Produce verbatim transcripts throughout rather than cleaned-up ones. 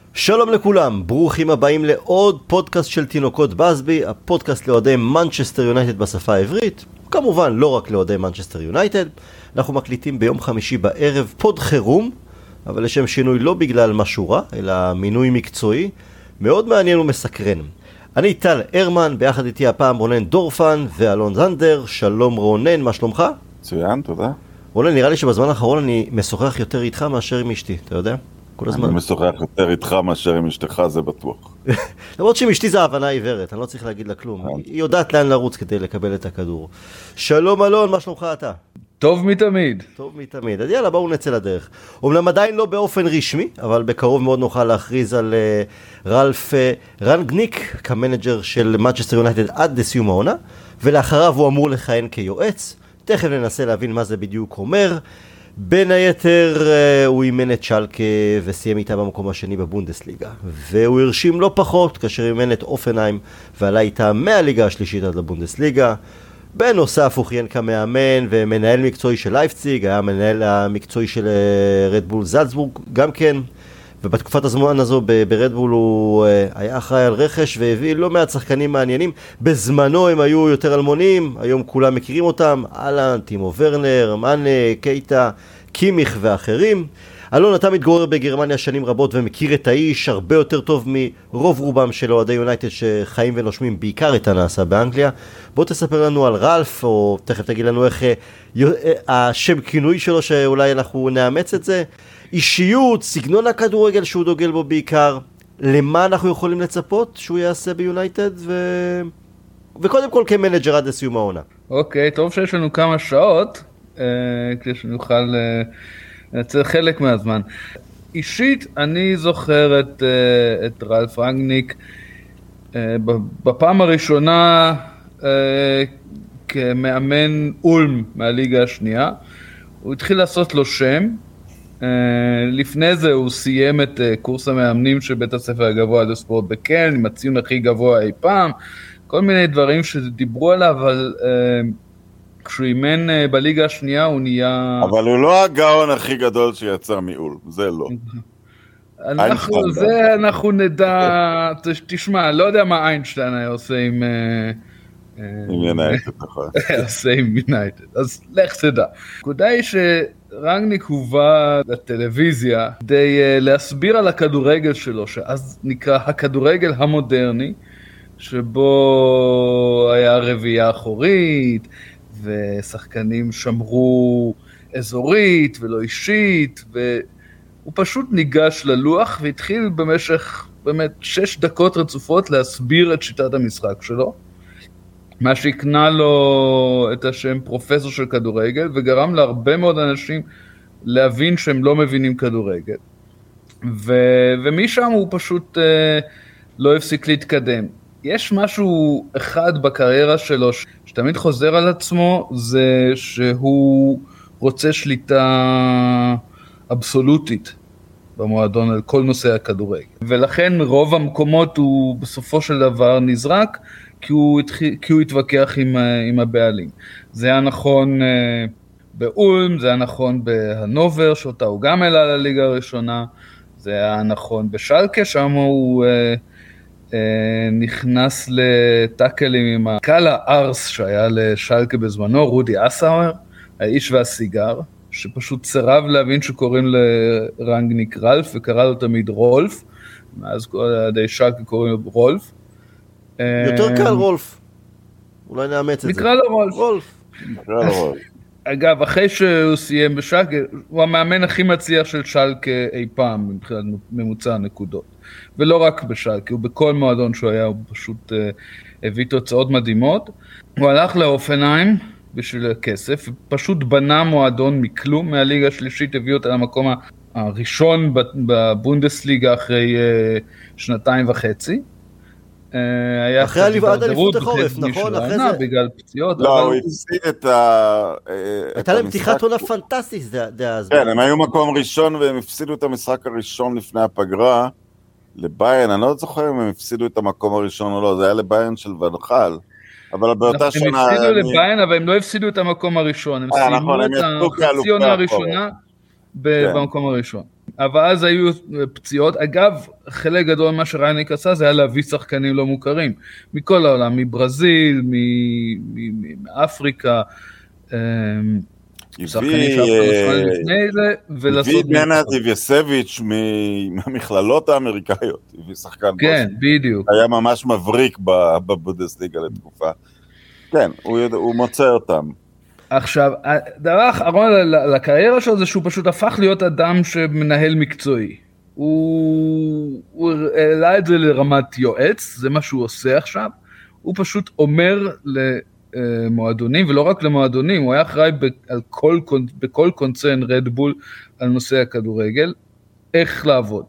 שלום לכולם, ברוכים הבאים לעוד פודקאסט של תינוקות בסבי, הפודקאסט לאוהדי מנצ'סטר יונייטד בשפה העברית, כמובן לא רק לאוהדי מנצ'סטר יונייטד. אנחנו מקליטים ביום חמישי בערב פוד חירום, אבל לשם שינוי לא בגלל משהו רע, אלא מינוי מקצועי, מאוד מעניין ומסקרן. אני טל הרמן, ביחד איתי הפעם רונן דורפן ואלון זנדר. שלום רונן, מה שלומך? מצוין, תודה. רונן, נראה לי שבזמן האחרון אני משוחח יותר איתך מאשר עם אשתי, אתה יודע? כל הזמן. אני משוחח יותר איתך מאשר עם אשתך, זה בטוח. למרות שעם אשתי זה הבנה עיוורת, אני לא צריך להגיד לה כלום. היא יודעת לאן לרוץ כדי לקבל את הכדור. שלום אלון, מה שלומך אתה? טוב מתמיד. טוב מתמיד. אז יאללה, בואו נצא לדרך. אומנם עדיין לא באופן רשמי, אבל בקרוב מאוד נוכל להכריז על uh, רלף uh, רנגניק, כמנג'ר של מנצ'סטר יונייטד עד לסיום העונה, ולאחריו הוא אמור לכהן כיועץ. תכף ננסה להבין מה זה בדיוק אומר. בין היתר uh, הוא אימן את שלקה וסיים איתה במקום השני בבונדסליגה, והוא הרשים לא פחות כאשר אימן את אופנהיים ועלה איתה מהליגה השלישית עד לבונדסליגה. בנוסף הוא כיהן כמאמן ומנהל מקצועי של לייפציג, היה מנהל המקצועי של רדבול זלצבורג גם כן, ובתקופת הזמן הזו ברדבול הוא היה אחראי על רכש והביא לא מעט שחקנים מעניינים. בזמנו הם היו יותר אלמונים, היום כולם מכירים אותם, אלן, טימו ורנר, מאנה, קייטה, קימיך ואחרים. אלון, אתה מתגורר בגרמניה שנים רבות ומכיר את האיש הרבה יותר טוב מרוב רובם של אוהדי יונייטד שחיים ונושמים בעיקר את הנעשה באנגליה. בוא תספר לנו על רלף, או תכף תגיד לנו איך השם כינוי שלו שאולי אנחנו נאמץ את זה. אישיות, סגנון הכדורגל שהוא דוגל בו בעיקר, למה אנחנו יכולים לצפות שהוא יעשה ביונייטד, ו... וקודם כל כמנג'ר עד לסיום העונה. אוקיי, טוב שיש לנו כמה שעות, אה, כדי שנוכל... אה... זה חלק מהזמן. אישית, אני זוכר את, את רלף רנגניק בפעם הראשונה כמאמן אולם מהליגה השנייה. הוא התחיל לעשות לו שם. לפני זה הוא סיים את קורס המאמנים של בית הספר הגבוה לספורט בקלן, עם הציון הכי גבוה אי פעם. כל מיני דברים שדיברו עליו, אבל... כשהוא אימן בליגה השנייה הוא נהיה... אבל הוא לא הגאון הכי גדול שיצר מאול, זה לא. אנחנו, זה אנחנו נדע, תשמע, לא יודע מה איינשטיין היה עושה עם... עם יונייטד, נכון. עושה עם יונייטד, אז לך תדע. הנקודה היא שרנגניק הובא לטלוויזיה כדי להסביר על הכדורגל שלו, שאז נקרא הכדורגל המודרני, שבו היה רביעייה אחורית, ושחקנים שמרו אזורית ולא אישית, והוא פשוט ניגש ללוח והתחיל במשך באמת שש דקות רצופות להסביר את שיטת המשחק שלו, מה שהקנה לו את השם פרופסור של כדורגל, וגרם להרבה מאוד אנשים להבין שהם לא מבינים כדורגל, ו- ומשם הוא פשוט uh, לא הפסיק להתקדם. יש משהו אחד בקריירה שלו שתמיד חוזר על עצמו, זה שהוא רוצה שליטה אבסולוטית במועדון על כל נושא הכדורגל. ולכן רוב המקומות הוא בסופו של דבר נזרק, כי הוא, התחיל, כי הוא התווכח עם, עם הבעלים. זה היה נכון באולם, זה היה נכון בהנובר, שאותה הוא גם העלה לליגה הראשונה, זה היה נכון בשלקה, שם הוא... נכנס לטאקלים עם הקהל הארס שהיה לשלקה בזמנו, רודי אסאואר, האיש והסיגר, שפשוט סירב להבין שקוראים לרנגניק רלף, וקרא לו תמיד רולף, מאז די שלקה קוראים לו רולף. יותר קל רולף, אולי נאמץ את זה. נקרא לו רולף. רולף. נקרא לו רולף. אגב, אחרי שהוא סיים בשלקה, הוא המאמן הכי מצליח של שלקה אי פעם, מבחינת ממוצע הנקודות. ולא רק בשלקה, הוא בכל מועדון שהוא היה, הוא פשוט uh, הביא תוצאות מדהימות. הוא הלך לאופנהיים בשביל הכסף, פשוט בנה מועדון מכלום, מהליגה השלישית הביא אותה למקום הראשון בבונדסליגה אחרי uh, שנתיים וחצי. אחרי עד אליפות החורף, נכון? אחרי זה... בגלל פציעות. לא, הוא הפסיד את ה... הייתה להם פתיחת עונה פנטסטית דאז. כן, הם היו מקום ראשון והם הפסידו את המשחק הראשון לפני הפגרה לביין. אני לא זוכר אם הם הפסידו את המקום הראשון או לא, זה היה לביין של ונחל. אבל באותה שנה... הם הפסידו לביין, אבל הם לא הפסידו את המקום הראשון. הם סיימו את החצי עונה הראשונה במקום הראשון. אבל אז היו פציעות. אגב, חלק גדול מה שרייניק עשה זה היה להביא שחקנים לא מוכרים, מכל העולם, מברזיל, מאפריקה, שחקנים שאפשר לפני זה, ולעשות... הביא ננה דיוויסביץ' מהמכללות האמריקאיות, הביא שחקן בוסט. כן, בדיוק. היה ממש מבריק בבודסליגה לתקופה. כן, הוא מוצא אותם. עכשיו, הדבר האחרון לקריירה שלו זה שהוא פשוט הפך להיות אדם שמנהל מקצועי. הוא, הוא העלה את זה לרמת יועץ, זה מה שהוא עושה עכשיו. הוא פשוט אומר למועדונים, ולא רק למועדונים, הוא היה אחראי על כל, בכל קונצרן רדבול על נושא הכדורגל, איך לעבוד.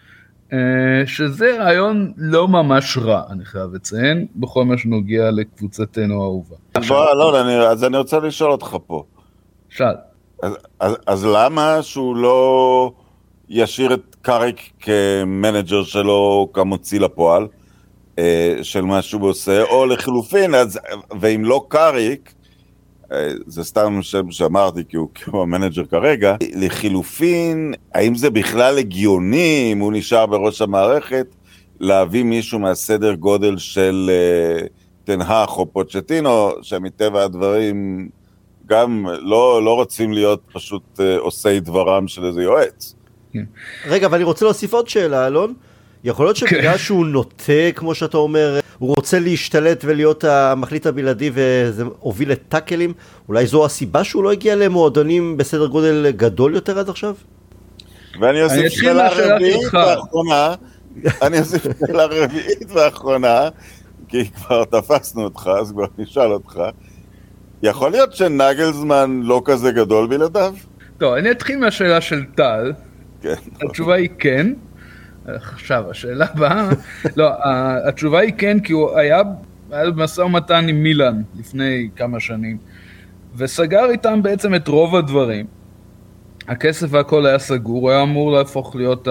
שזה רעיון לא ממש רע, אני חייב לציין, בכל מה שנוגע לקבוצתנו האהובה. לא, אז אני רוצה לשאול אותך פה. שאל. אז למה שהוא לא ישאיר את קאריק כמנג'ר שלו, כמוציא לפועל, של מה שהוא עושה, או לחילופין, ואם לא קאריק, זה סתם שם שאמרתי, כי הוא כמו המנג'ר כרגע, לחילופין, האם זה בכלל הגיוני, אם הוא נשאר בראש המערכת, להביא מישהו מהסדר גודל של תנהך או פוצ'טינו, שמטבע הדברים גם לא, לא רוצים להיות פשוט עושי דברם של איזה יועץ. רגע, אבל אני רוצה להוסיף עוד שאלה, אלון. יכול להיות שבגלל שהוא נוטה, כמו שאתה אומר, הוא רוצה להשתלט ולהיות המחליט הבלעדי וזה הוביל לטאקלים, אולי זו הסיבה שהוא לא הגיע למועדונים בסדר גודל גדול יותר עד עכשיו? ואני אוסיף שאלה רביעית ואחרונה, אני אוסיף שאלה רביעית ואחרונה, כי כבר תפסנו אותך, אז כבר נשאל אותך, יכול להיות שנגלזמן לא כזה גדול בלעדיו? טוב, אני אתחיל מהשאלה של טל, התשובה היא כן, עכשיו, השאלה הבאה, לא, התשובה היא כן, כי הוא היה, היה במשא ומתן עם מילאן לפני כמה שנים, וסגר איתם בעצם את רוב הדברים. הכסף והכל היה סגור, הוא היה אמור להפוך להיות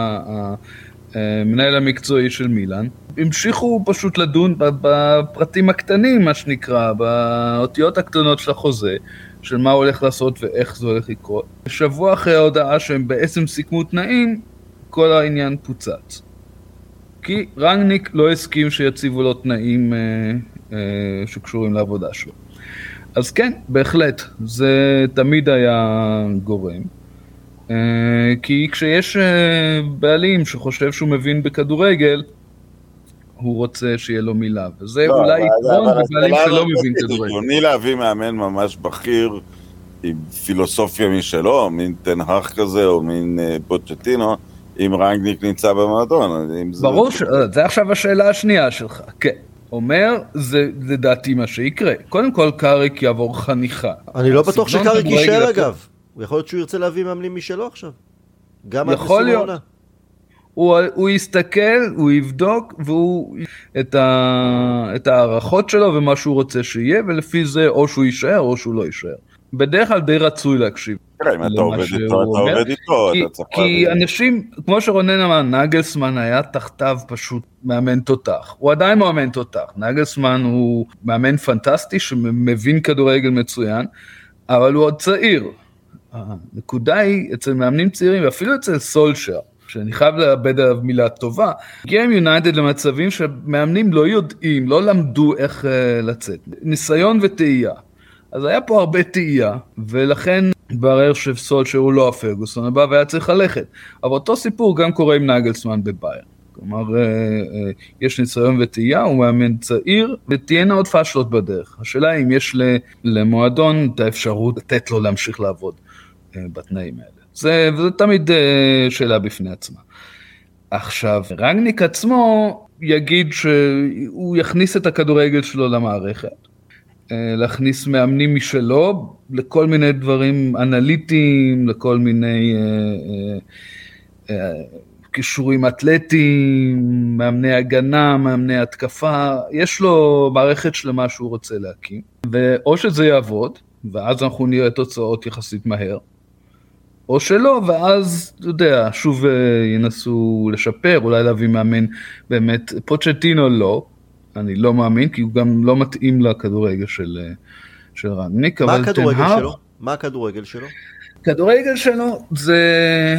המנהל המקצועי של מילאן. המשיכו פשוט לדון בפרטים הקטנים, מה שנקרא, באותיות הקטנות של החוזה, של מה הולך לעשות ואיך זה הולך לקרות. שבוע אחרי ההודעה שהם בעצם סיכמו תנאים, כל העניין פוצץ. כי רנגניק לא הסכים שיציבו לו תנאים אה, אה, שקשורים לעבודה שלו. אז כן, בהחלט, זה תמיד היה גורם. אה, כי כשיש אה, בעלים שחושב שהוא מבין בכדורגל, הוא רוצה שיהיה לו מילה. וזה לא, אולי יתרון בבעלים שלא מבין כדורגל. אני להביא מאמן ממש בכיר, עם פילוסופיה משלו, מין תנהך כזה, או מין אה, פוצ'טינו, אם רנגניק נמצא במועדון. ברור, ש... זה עכשיו השאלה השנייה שלך. כן, אומר, זה לדעתי מה שיקרה. קודם כל, קאריק יעבור חניכה. אני לא בטוח שקאריק יישאר אגב. יכול להיות שהוא ירצה להביא מאמנים משלו עכשיו. גם עד לסיום העונה. הוא, הוא יסתכל, הוא יבדוק, והוא את, ה... את הערכות שלו ומה שהוא רוצה שיהיה, ולפי זה או שהוא יישאר או שהוא לא יישאר. בדרך כלל די רצוי להקשיב. אם אתה עובד איתו, אתה עובד איתו. כי אנשים, כמו שרונן אמר, נגלסמן היה תחתיו פשוט מאמן תותח. הוא עדיין מאמן תותח. נגלסמן הוא מאמן פנטסטי שמבין כדורגל מצוין, אבל הוא עוד צעיר. הנקודה היא אצל מאמנים צעירים, ואפילו אצל סולשר, שאני חייב לאבד עליו מילה טובה, הגיע עם יונייטד למצבים שמאמנים לא יודעים, לא למדו איך לצאת. ניסיון וטעייה. אז היה פה הרבה תאייה, ולכן ברר שסולשר הוא לא הפרגוסון הבא, והיה צריך ללכת. אבל אותו סיפור גם קורה עם נגלסמן בבייר. כלומר, יש ניסיון ותאייה, הוא מאמן צעיר, ותהיינה עוד פשלות בדרך. השאלה היא אם יש למועדון את האפשרות לתת לו להמשיך לעבוד בתנאים האלה. זה, וזה תמיד שאלה בפני עצמה. עכשיו, רנגניק עצמו יגיד שהוא יכניס את הכדורגל שלו למערכת, להכניס מאמנים משלו, לכל מיני דברים אנליטיים, לכל מיני אה, אה, קישורים אתלטיים, מאמני הגנה, מאמני התקפה, יש לו מערכת שלמה שהוא רוצה להקים, ואו שזה יעבוד, ואז אנחנו נראה תוצאות יחסית מהר, או שלא, ואז, אתה יודע, שוב ינסו לשפר, אולי להביא מאמן באמת, פוצ'טינו לא, אני לא מאמין, כי הוא גם לא מתאים לכדורגל של, של רנגניק. מה הכדורגל שלו? מה הכדורגל שלו? כדורגל שלו זה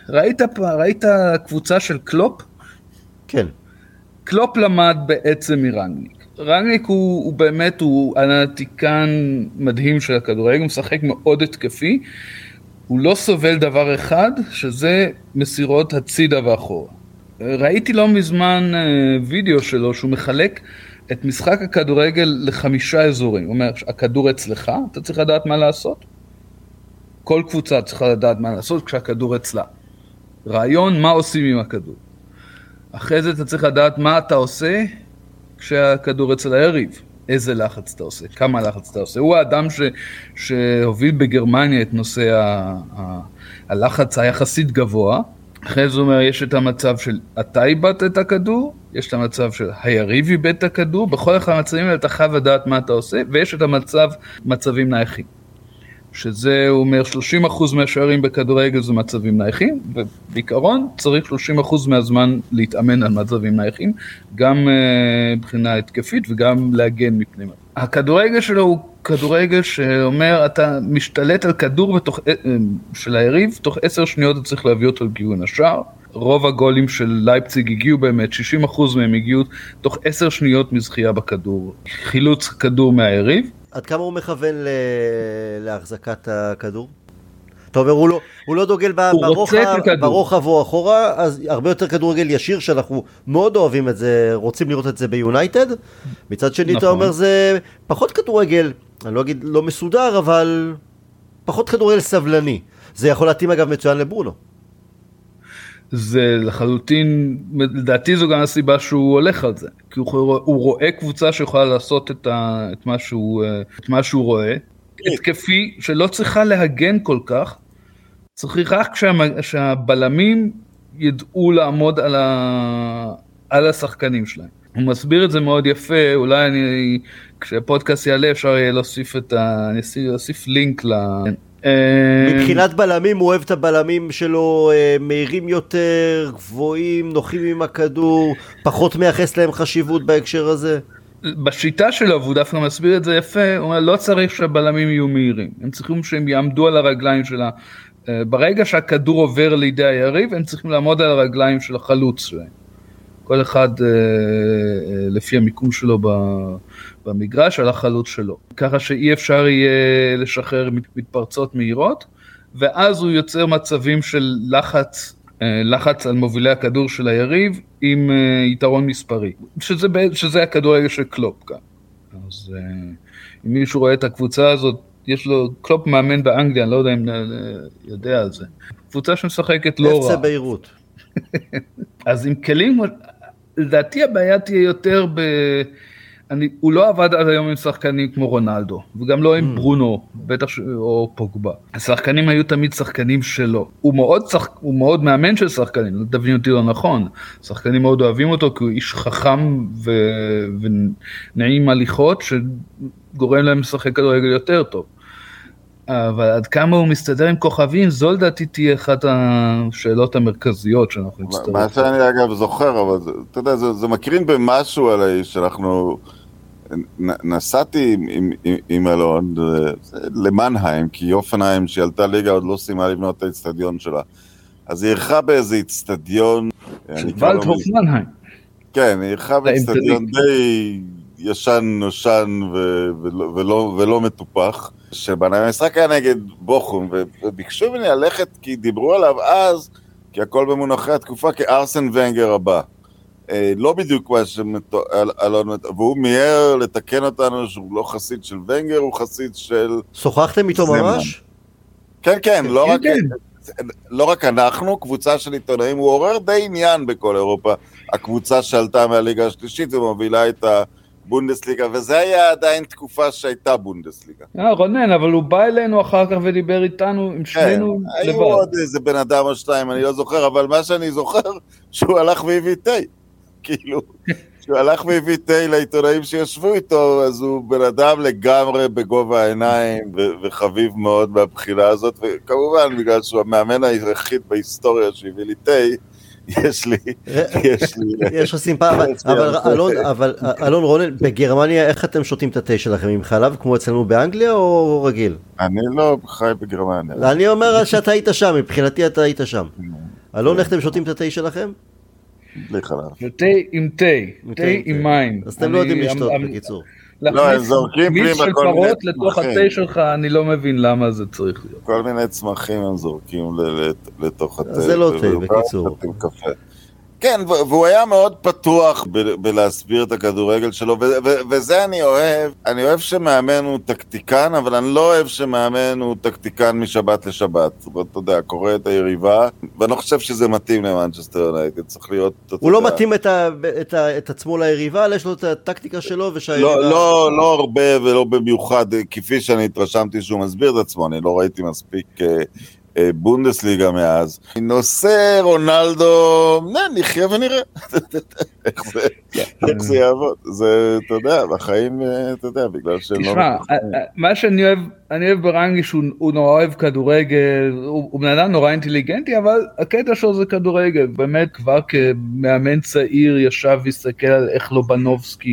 ראית, ראית קבוצה של קלופ? כן. קלופ למד בעצם מרנגניק. רנגניק הוא, הוא באמת, הוא אנליטיקן מדהים של הכדורגל, הוא משחק מאוד התקפי, הוא לא סובל דבר אחד, שזה מסירות הצידה ואחורה. ראיתי לא מזמן וידאו שלו, שהוא מחלק את משחק הכדורגל לחמישה אזורים. הוא אומר, הכדור אצלך, אתה צריך לדעת מה לעשות. כל קבוצה צריכה לדעת מה לעשות כשהכדור אצלה. רעיון, מה עושים עם הכדור. אחרי זה אתה צריך לדעת מה אתה עושה כשהכדור אצל היריב. איזה לחץ אתה עושה, כמה לחץ אתה עושה. הוא האדם ש, שהוביל בגרמניה את נושא ה, ה, הלחץ היחסית גבוה. אחרי זה אומר, יש את המצב של אתה איבדת את הכדור, יש את המצב של היריב איבד את הכדור, בכל אחד המצבים האלה אתה חייב לדעת מה אתה עושה, ויש את המצב, מצבים נייחים. שזה הוא אומר שלושים אחוז מהשערים בכדורגל זה מצבים נייחים, ובעיקרון צריך שלושים אחוז מהזמן להתאמן על מצבים נייחים, גם מבחינה התקפית וגם להגן מפני. הכדורגל שלו הוא כדורגל שאומר, אתה משתלט על כדור בתוך, של היריב, תוך עשר שניות אתה צריך להביא אותו לכיוון השער. רוב הגולים של לייפציג הגיעו באמת, שישים אחוז מהם הגיעו תוך עשר שניות מזכייה בכדור, חילוץ כדור מהיריב. עד כמה הוא מכוון ל... להחזקת הכדור? אתה אומר, הוא לא, הוא לא דוגל ברוחב, ברוחב או אחורה, אז הרבה יותר כדורגל ישיר, שאנחנו מאוד אוהבים את זה, רוצים לראות את זה ביונייטד. מצד שני, נכון. אתה אומר, זה פחות כדורגל, אני לא אגיד לא מסודר, אבל פחות כדורגל סבלני. זה יכול להתאים אגב מצוין לברונו. זה לחלוטין, לדעתי זו גם הסיבה שהוא הולך על זה, כי הוא, הוא רואה קבוצה שיכולה לעשות את, ה, את, מה שהוא, את מה שהוא רואה, התקפי שלא צריכה להגן כל כך, צריך רק שה, שהבלמים ידעו לעמוד על, ה, על השחקנים שלהם. הוא מסביר את זה מאוד יפה, אולי אני, כשהפודקאסט יעלה אפשר יהיה להוסיף, את ה, להוסיף לינק ל... מבחינת בלמים, הוא אוהב את הבלמים שלו מהירים יותר, גבוהים, נוחים עם הכדור, פחות מייחס להם חשיבות בהקשר הזה. בשיטה שלו, והוא דווקא מסביר את זה יפה, הוא אומר, לא צריך שהבלמים יהיו מהירים, הם צריכים שהם יעמדו על הרגליים שלה, ברגע שהכדור עובר לידי היריב, הם צריכים לעמוד על הרגליים של החלוץ שלהם. כל אחד לפי המיקום שלו במגרש על החלוץ שלו. ככה שאי אפשר יהיה לשחרר מתפרצות מהירות, ואז הוא יוצר מצבים של לחץ, לחץ על מובילי הכדור של היריב עם יתרון מספרי. שזה, שזה הכדורגל של קלופ כאן. אז אם מישהו רואה את הקבוצה הזאת, יש לו קלופ מאמן באנגליה, אני לא יודע אם יודע על זה. קבוצה שמשחקת לא רע. אפצה בהירות. אז עם כלים, לדעתי הבעיה תהיה יותר ב... אני, הוא לא עבד עד היום עם שחקנים כמו רונלדו, וגם לא עם ברונו, בטח ש... או פוגבה. השחקנים היו תמיד שחקנים שלו. הוא מאוד, שח... הוא מאוד מאמן של שחקנים, לא תבין אותי לא נכון. שחקנים מאוד אוהבים אותו, כי הוא איש חכם ו... ונעים הליכות, שגורם להם לשחק כדורגל יותר טוב. אבל עד כמה הוא מסתדר עם כוכבים, זו לדעתי תהיה אחת השאלות המרכזיות שאנחנו נצטרך. מה שאני אגב זוכר, אבל זה, אתה יודע, זה, זה מקרין במשהו עליי, שאנחנו נסעתי עם, עם, עם, עם אלון למנהיים, כי אופנהיים שעלתה ליגה עוד לא סיימה לבנות את האצטדיון שלה. אז היא ערכה באיזה אצטדיון... של ולדהוף מנהיים. כן, היא ערכה באצטדיון די ישן נושן ו- ולא, ולא, ולא מטופח. שבמשחק היה נגד בוכום, וביקשו ממני ללכת כי דיברו עליו אז, כי הכל במונחי התקופה, כארסן ונגר הבא. לא בדיוק מה שאלון, והוא מיהר לתקן אותנו שהוא לא חסיד של ונגר, הוא חסיד של... שוחחתם איתו ממש? כן, כן, לא רק... לא רק אנחנו, קבוצה של עיתונאים, הוא עורר די עניין בכל אירופה, הקבוצה שעלתה מהליגה השלישית ומובילה את ה... בונדסליגה, וזה היה עדיין תקופה שהייתה בונדסליגה. אה, רונן, אבל הוא בא אלינו אחר כך ודיבר איתנו, עם שנינו לבד. היו עוד איזה בן אדם או שתיים, אני לא זוכר, אבל מה שאני זוכר, שהוא הלך והביא תה. כאילו, שהוא הלך והביא תה לעיתונאים שישבו איתו, אז הוא בן אדם לגמרי בגובה העיניים, וחביב מאוד מהבחינה הזאת, וכמובן, בגלל שהוא המאמן היחיד בהיסטוריה שהביא לי תה, יש לי, יש לי. יש לו סימפה, אבל אלון רונן, בגרמניה איך אתם שותים את התה שלכם, עם חלב כמו אצלנו באנגליה או רגיל? אני לא חי בגרמניה. אני אומר שאתה היית שם, מבחינתי אתה היית שם. אלון, איך אתם שותים את התה שלכם? בלי חלב. תה עם תה, תה עם מים. אז אתם לא יודעים לשתות בקיצור. לא, הם זורקים פנימה מיץ של פרות לתוך התה שלך, אני לא מבין למה זה צריך להיות. כל מיני צמחים הם זורקים לתוך התה. זה לא תה, בקיצור. כן, והוא היה מאוד פתוח בלהסביר את הכדורגל שלו, וזה אני אוהב. אני אוהב שמאמן הוא טקטיקן, אבל אני לא אוהב שמאמן הוא טקטיקן משבת לשבת. זאת אומרת, אתה יודע, קורא את היריבה, ואני לא חושב שזה מתאים למנצ'סטר יונייטד, צריך להיות... הוא לא מתאים את עצמו ליריבה, אלא יש לו את הטקטיקה שלו, ושהיריבה... לא הרבה ולא במיוחד, כפי שאני התרשמתי שהוא מסביר את עצמו, אני לא ראיתי מספיק... בונדסליגה מאז. נושא רונלדו, נחיה ונראה. איך זה יעבוד? זה, אתה יודע, בחיים, אתה יודע, בגלל שלא... תשמע, מה שאני אוהב, אני אוהב ברנגי שהוא נורא אוהב כדורגל, הוא בן אדם נורא אינטליגנטי, אבל הקטע שלו זה כדורגל. באמת, כבר כמאמן צעיר ישב והסתכל על איך לובנובסקי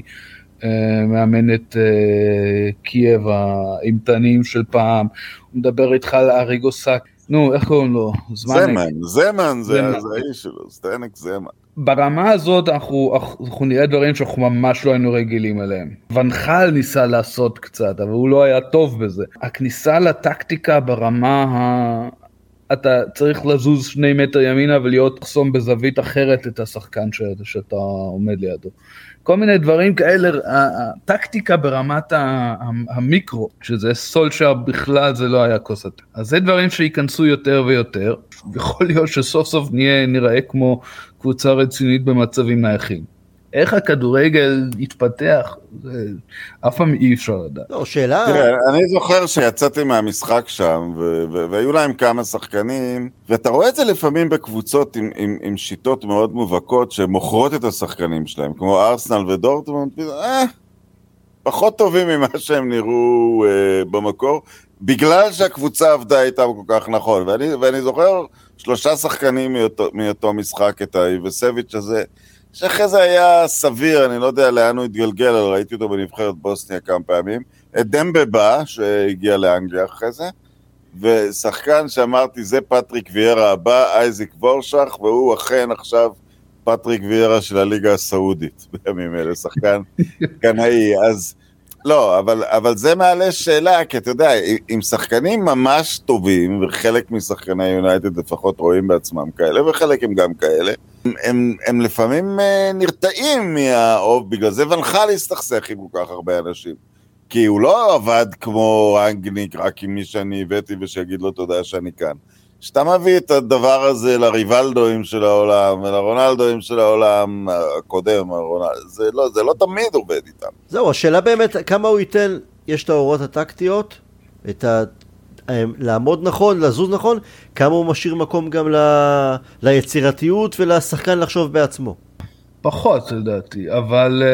מאמן את קייב, האימתניים של פעם, הוא מדבר איתך על אריגו סאק, נו, איך קוראים לו? זמן, זמן, זה האיש שלו, סטנק זמן. ברמה הזאת אנחנו, אנחנו נראה דברים שאנחנו ממש לא היינו רגילים עליהם. ונחל ניסה לעשות קצת, אבל הוא לא היה טוב בזה. הכניסה לטקטיקה ברמה ה... אתה צריך לזוז שני מטר ימינה ולהיות חסום בזווית אחרת את השחקן שאתה עומד לידו. כל מיני דברים כאלה, הטקטיקה ברמת המיקרו, שזה סולשר בכלל זה לא היה כוסת. אז זה דברים שיכנסו יותר ויותר, יכול להיות שסוף סוף נהיה, נראה כמו קבוצה רצינית במצבים נייחים. איך הכדורגל יתפתח, זה אף פעם אי אפשר לדעת. לא, שאלה... תראה, אני זוכר שיצאתי מהמשחק שם, והיו להם כמה שחקנים, ואתה רואה את זה לפעמים בקבוצות עם, עם, עם שיטות מאוד מובהקות, שמוכרות את השחקנים שלהם, כמו ארסנל ודורטמונד, אה, פחות טובים ממה שהם נראו אה, במקור, בגלל שהקבוצה עבדה איתם כל כך נכון, ואני, ואני זוכר שלושה שחקנים מאותו, מאותו משחק, את האיבסביץ' הזה, שאחרי זה היה סביר, אני לא יודע לאן הוא התגלגל, אבל ראיתי אותו בנבחרת בוסניה כמה פעמים, את דמבה בא, שהגיע לאנגליה אחרי זה, ושחקן שאמרתי, זה פטריק ויירה הבא, אייזיק וורשך, והוא אכן עכשיו פטריק ויירה של הליגה הסעודית, בימים אלה, שחקן קנאי, אז לא, אבל, אבל זה מעלה שאלה, כי אתה יודע, עם שחקנים ממש טובים, וחלק משחקני יונייטד לפחות רואים בעצמם כאלה, וחלק הם גם כאלה, הם, הם, הם לפעמים נרתעים מהאוב, בגלל זה ונחל להסתכסך עם כל כך הרבה אנשים. כי הוא לא עבד כמו רנגניק, רק עם מי שאני הבאתי ושיגיד לו תודה שאני כאן. שאתה מביא את הדבר הזה לריבלדואים של העולם, ולרונלדואים של העולם הקודם, זה לא, זה לא תמיד עובד איתם. זהו, השאלה באמת, כמה הוא ייתן, יש את ההורות הטקטיות, את ה... לעמוד נכון, לזוז נכון, כמה הוא משאיר מקום גם ל... ליצירתיות ולשחקן לחשוב בעצמו. פחות, לדעתי, אבל...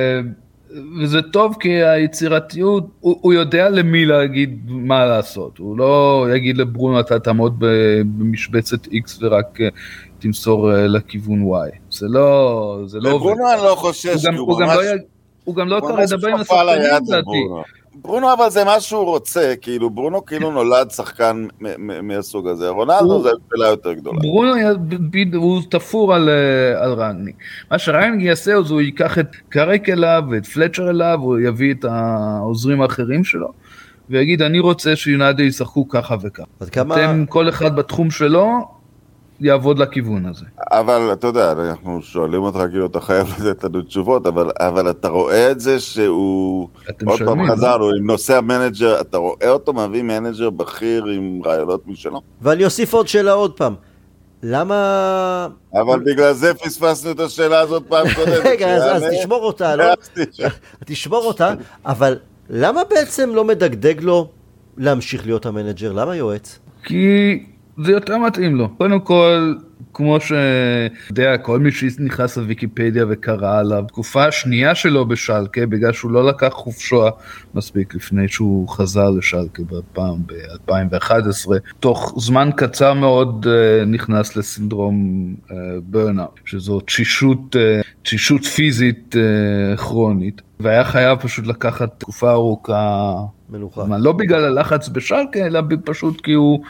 וזה טוב כי היצירתיות, הוא, הוא יודע למי להגיד מה לעשות, הוא לא יגיד לברונו אתה תעמוד במשבצת X ורק תמסור לכיוון Y, זה לא, זה לא עובד. לברונו אני לא חושש, הוא גם לא יותר לדבר עם השחקנים לדעתי. ברונו אבל זה מה שהוא רוצה, כאילו ברונו כאילו נולד שחקן מהסוג הזה, רונלדו זה שאלה יותר גדולה. ברונו הוא תפור על רנגניק, מה שרנגניק יעשה אז הוא ייקח את קארק אליו ואת פלצ'ר אליו, הוא יביא את העוזרים האחרים שלו, ויגיד אני רוצה שיונייטד ישחקו ככה וככה. אתם כל אחד בתחום שלו, יעבוד לכיוון הזה. אבל אתה יודע, אנחנו שואלים אותך כאילו אתה חייב לתת לנו תשובות, אבל, אבל אתה רואה את זה שהוא, עוד פעם חזרנו, עם נושא המנג'ר, אתה רואה אותו מביא מנג'ר בכיר עם רעיונות משלו? ואני אוסיף עוד שאלה עוד פעם, למה... אבל בגלל זה פספסנו את השאלה הזאת פעם קודמת. רגע, אז תשמור אותה, לא? תשמור אותה, אבל למה בעצם לא מדגדג לו להמשיך להיות המנג'ר? למה יועץ? כי... זה יותר מתאים לו. קודם כל, כמו שיודע, כל מי שנכנס לוויקיפדיה וקרא עליו, תקופה השנייה שלו בשלקה, בגלל שהוא לא לקח חופשה מספיק לפני שהוא חזר לשלקה בפעם ב-אלפיים ואחת עשרה, תוך זמן קצר מאוד נכנס לסינדרום ברנאוט, שזו תשישות, תשישות פיזית כרונית, והיה חייב פשוט לקחת תקופה ארוכה, מנוחה. לא בגלל הלחץ בשלקה, אלא פשוט כי הוא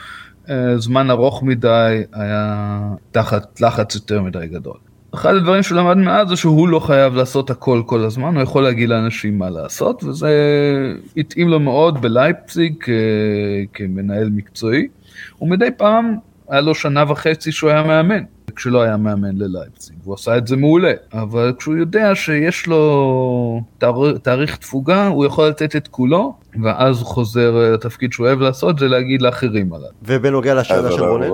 זמן ארוך מדי היה תחת לחץ יותר מדי גדול. אחד הדברים שלמד מאז זה שהוא לא חייב לעשות הכל כל הזמן, הוא יכול להגיד לאנשים מה לעשות, וזה התאים לו מאוד בלייפציג כמנהל מקצועי, ומדי פעם היה לו שנה וחצי שהוא היה מאמן, כשלא היה מאמן ללייפציג, הוא עשה את זה מעולה, אבל כשהוא יודע שיש לו תאריך תפוגה, הוא יכול לתת את כולו, ואז הוא חוזר לתפקיד שהוא אוהב לעשות, זה להגיד לאחרים עליו. ובנוגע לשאלה של רונן?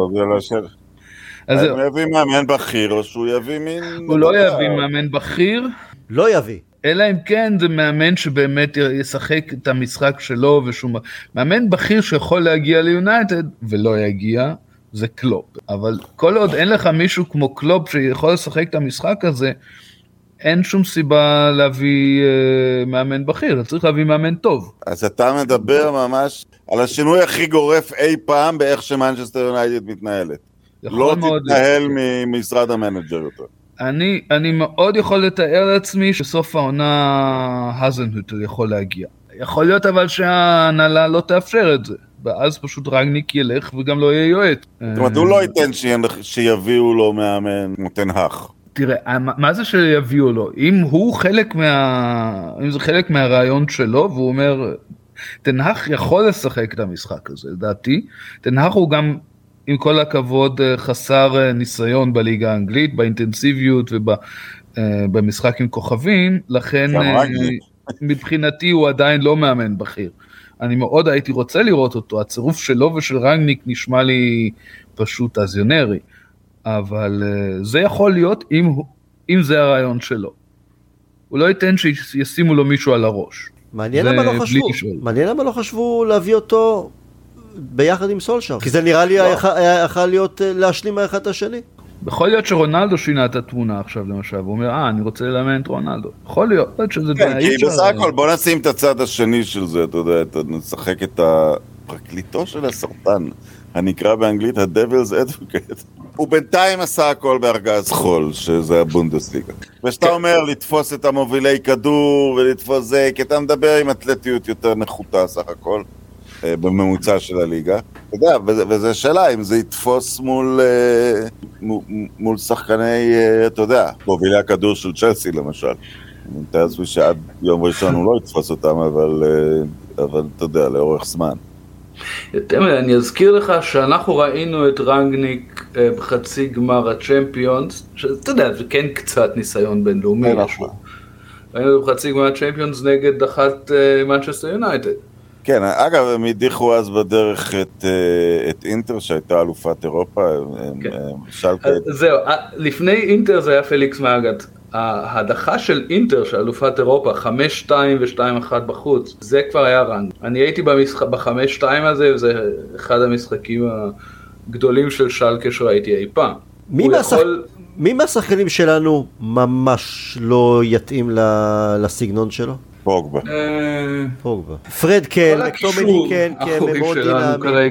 אז הוא יביא מאמן בכיר, או שהוא יביא מין... הוא לא יביא מאמן בכיר. לא יביא. אלא אם כן זה מאמן שבאמת ישחק את המשחק שלו, ושום... מאמן בכיר שיכול להגיע ליונייטד, ולא יגיע, זה קלופ. אבל כל עוד אין לך מישהו כמו קלופ שיכול לשחק את המשחק הזה, אין שום סיבה להביא uh, מאמן בכיר, צריך להביא מאמן טוב. אז אתה מדבר ממש על השינוי הכי גורף אי פעם באיך שמנצ'סטר יונייטד מתנהלת. לא תתנהל ממשרד המנג'ר יותר. אני, אני מאוד יכול לתאר לעצמי שסוף העונה הזנהוטל יכול להגיע. יכול להיות אבל שההנהלה לא תאפשר את זה. ואז פשוט רגניק ילך וגם לא יהיה יועץ. זאת אומרת, הוא לא ייתן שיביאו לו מאמן תנהך. תראה, מה זה שיביאו לו? אם הוא חלק מה... אם זה חלק מהרעיון שלו, והוא אומר, תנהך יכול לשחק את המשחק הזה, לדעתי. תנהך הוא גם, עם כל הכבוד, חסר ניסיון בליגה האנגלית, באינטנסיביות ובמשחק עם כוכבים, לכן מבחינתי הוא עדיין לא מאמן בכיר. אני מאוד הייתי רוצה לראות אותו, הצירוף שלו ושל רגניק נשמע לי פשוט אזיונרי, אבל זה יכול להיות אם, אם זה הרעיון שלו. הוא לא ייתן שישימו לו מישהו על הראש. מעניין למה לא חשבו, מעניין למה לא חשבו להביא אותו ביחד עם סולשר, כי זה נראה לי היה יכול להיות להשלים האחד את השני. יכול להיות שרונלדו שינה את התמונה עכשיו למשל, והוא אומר, אה, אני רוצה לאמן את רונלדו. יכול להיות שזה... כן, כי בסך הכל, בוא נשים את הצד השני של זה, אתה יודע, נשחק את הפרקליטו של הסרטן, הנקרא באנגלית ה-Devil's Advocate. הוא בינתיים עשה הכל בארגז חול, שזה הבונדסליגה. ושאתה אומר לתפוס את המובילי כדור ולתפוס זה, כי אתה מדבר עם אתלטיות יותר נחותה סך הכל. בממוצע של הליגה, אתה יודע, וזו שאלה, אם זה יתפוס מול, מול שחקני, אתה יודע, מובילי הכדור של צ'לסי למשל. אני מתאר לעצמי שעד יום ראשון הוא לא יתפוס אותם, אבל, אבל אתה יודע, לאורך זמן. תמי, אני אזכיר לך שאנחנו ראינו את רגניק בחצי גמר הצ'מפיונס, שאתה יודע, זה כן קצת ניסיון בינלאומי. ראינו בחצי גמר הצ'מפיונס נגד אחת מנצ'סטר יונייטד. כן, אגב, הם הדיחו אז בדרך את, את אינטר, שהייתה אלופת אירופה, כן. שלקה... זהו, לפני אינטר זה היה פליקס מאגת. ההדחה של אינטר, של אלופת אירופה, חמש שתיים ו-שתיים אחת בחוץ, זה כבר היה רנג. אני הייתי במשחק, ב-חמש שתיים הזה, וזה אחד המשחקים הגדולים של שלקה שראיתי אי פעם. מי, מהשח... יכול... מי מהשחקנים שלנו ממש לא יתאים לסגנון שלו? פוגבה. פוגבה. פרד כן, מקטומני כן, כן, מאוד דינמי.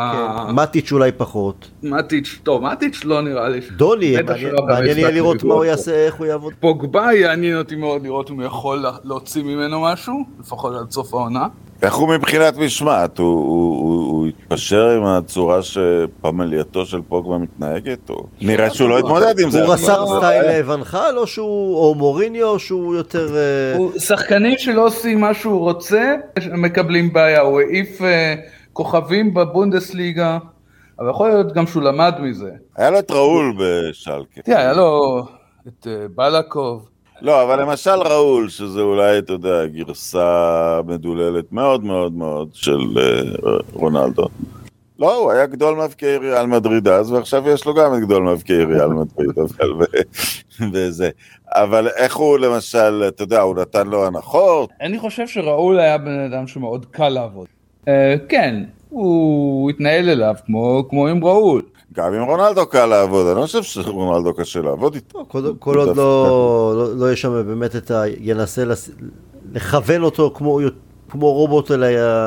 מטיץ' אולי פחות. מטיץ', טוב, מטיץ' לא נראה לי. דולי, מעניין יהיה לראות מה הוא יעשה, איך הוא יעבוד. פוגבה יעניין אותי מאוד לראות אם הוא יכול להוציא ממנו משהו, לפחות עד סוף העונה. איך הוא מבחינת משמעת? הוא התפשר עם הצורה שפמלייתו של פוגבה מתנהגת? נראה שהוא לא התמודד עם זה. הוא רס"ר סטייל ונחל, או מוריניו, או שהוא יותר... שחקנים שלא עושים מה שהוא רוצה, מקבלים בעיה. הוא העיף כוכבים בבונדסליגה, אבל יכול להיות גם שהוא למד מזה. היה לו את ראול בשלקה. היה לו את בלקוב. לא, אבל למשל ראול, שזה אולי, אתה יודע, גרסה מדוללת מאוד מאוד מאוד של uh, רונלדו. לא, הוא היה גדול מבקיעי ריאל מדריד אז, ועכשיו יש לו גם את גדול מבקיעי ריאל מדריד, אבל וזה. אבל איך הוא למשל, אתה יודע, הוא נתן לו הנחות? אני חושב שראול היה בן אדם שמאוד קל לעבוד. Uh, כן, הוא התנהל אליו כמו, כמו עם ראול. גם עם רונלדו קל לעבוד, אני לא חושב שרונלדו קשה לעבוד איתו. כל עוד לא יש שם באמת את ה... ינסה לכוון אותו כמו רובוט, אלא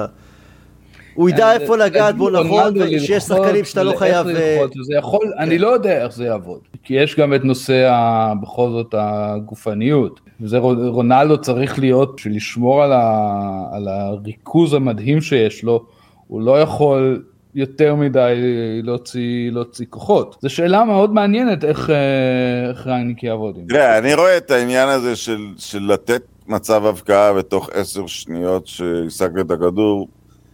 הוא ידע איפה לגעת בו נכון, ושיש שחקנים שאתה לא חייב... אני לא יודע איך זה יעבוד, כי יש גם את נושא בכל זאת הגופניות, וזה רונלדו צריך להיות, שלשמור על הריכוז המדהים שיש לו, הוא לא יכול... יותר מדי להוציא, להוציא כוחות. זו שאלה מאוד מעניינת איך, איך רנגניק יעבוד. תראה, אני רואה את העניין הזה של, של לתת מצב הבקעה בתוך עשר שניות שהשגת את הכדור,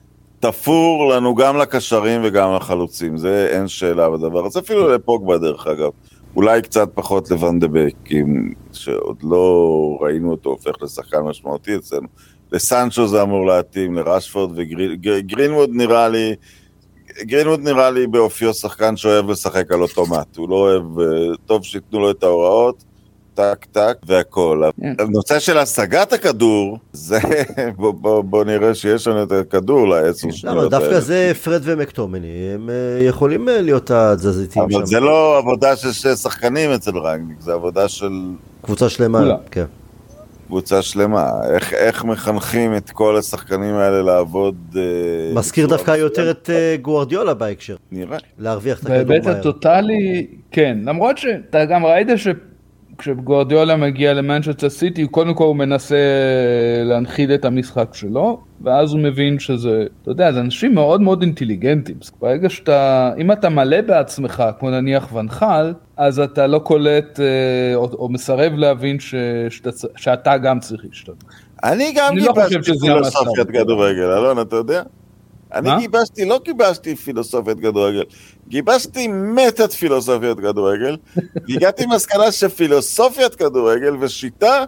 תפור לנו גם לקשרים וגם לחלוצים, זה אין שאלה בדבר. אז אפילו לפוגבה דרך אגב, אולי קצת פחות לוונדבק, שעוד לא ראינו אותו הופך לשחקן משמעותי אצלנו. לסנצ'ו זה אמור להתאים, לרשפורד וגרינווד נראה לי, גרינווד נראה לי באופיו שחקן שאוהב לשחק על אוטומט, הוא לא אוהב, טוב שיתנו לו את ההוראות, טק טק והכל. הנושא של השגת הכדור, זה, בוא, בוא, בוא נראה שיש לנו את הכדור לעשר שניות. דווקא זה פרד ומקטומני, הם יכולים להיות התזזיתים שם. אבל זה לא עבודה של שני שחקנים אצל רנגניק, זה עבודה של... קבוצה שלמה, כן. קבוצה שלמה, איך, איך מחנכים את כל השחקנים האלה לעבוד... מזכיר דווקא יותר את גוארדיולה בהקשר. נראה. להרוויח את הכדור בהיבט הטוטלי, כן, למרות שאתה גם ראית ש... כשגוארדיולה מגיע למנצ'סטר סיטי, קודם כל הוא מנסה להנחיל את המשחק שלו, ואז הוא מבין שזה, אתה יודע, זה אנשים מאוד מאוד אינטליגנטים. ברגע שאתה, אם אתה מלא בעצמך, כמו נניח ונחל, אז אתה לא קולט או, או מסרב להבין ש, שאתה, שאתה גם צריך להשתנות. אני גם גיבשתי פילוסופיית כדורגל, אלון, אתה יודע? אני גיבשתי, לא גיבשתי פילוסופיית כדורגל, גיבשתי מתת פילוסופיית כדורגל, והגעתי מסקנה שפילוסופיית כדורגל ושיטה,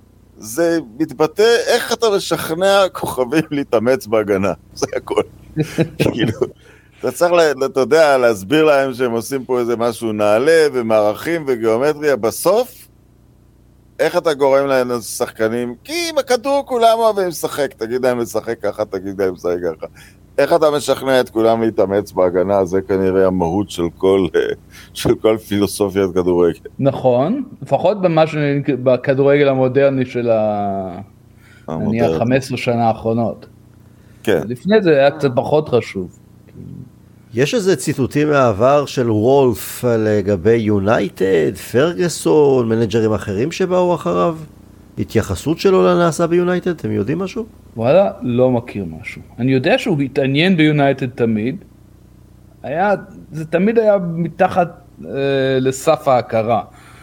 זה מתבטא איך אתה משכנע כוכבים להתאמץ בהגנה, זה הכל. כאילו, אתה צריך, אתה יודע, להסביר להם שהם עושים פה איזה משהו נעלה ומערכים וגיאומטריה, בסוף, איך אתה גורם להם לשחקנים? כי עם הכדור כולם אוהבים לשחק, תגיד להם לשחק ככה, תגיד להם לשחק ככה. איך אתה משכנע את כולם להתאמץ בהגנה? זה כנראה המהות של כל, של כל פילוסופיית כדורגל. נכון, לפחות במה בכדורגל המודרני של נניח חמש עשרה שנה האחרונות. כן. לפני זה היה קצת פחות חשוב. יש איזה ציטוטים מהעבר של וולף לגבי יונייטד, פרגסון, מנג'רים אחרים שבאו אחריו? התייחסות שלו לנעשה ביונייטד, אתם יודעים משהו? וואלה, לא מכיר משהו. אני יודע שהוא התעניין ביונייטד תמיד, היה, זה תמיד היה מתחת אה, לסף ההכרה,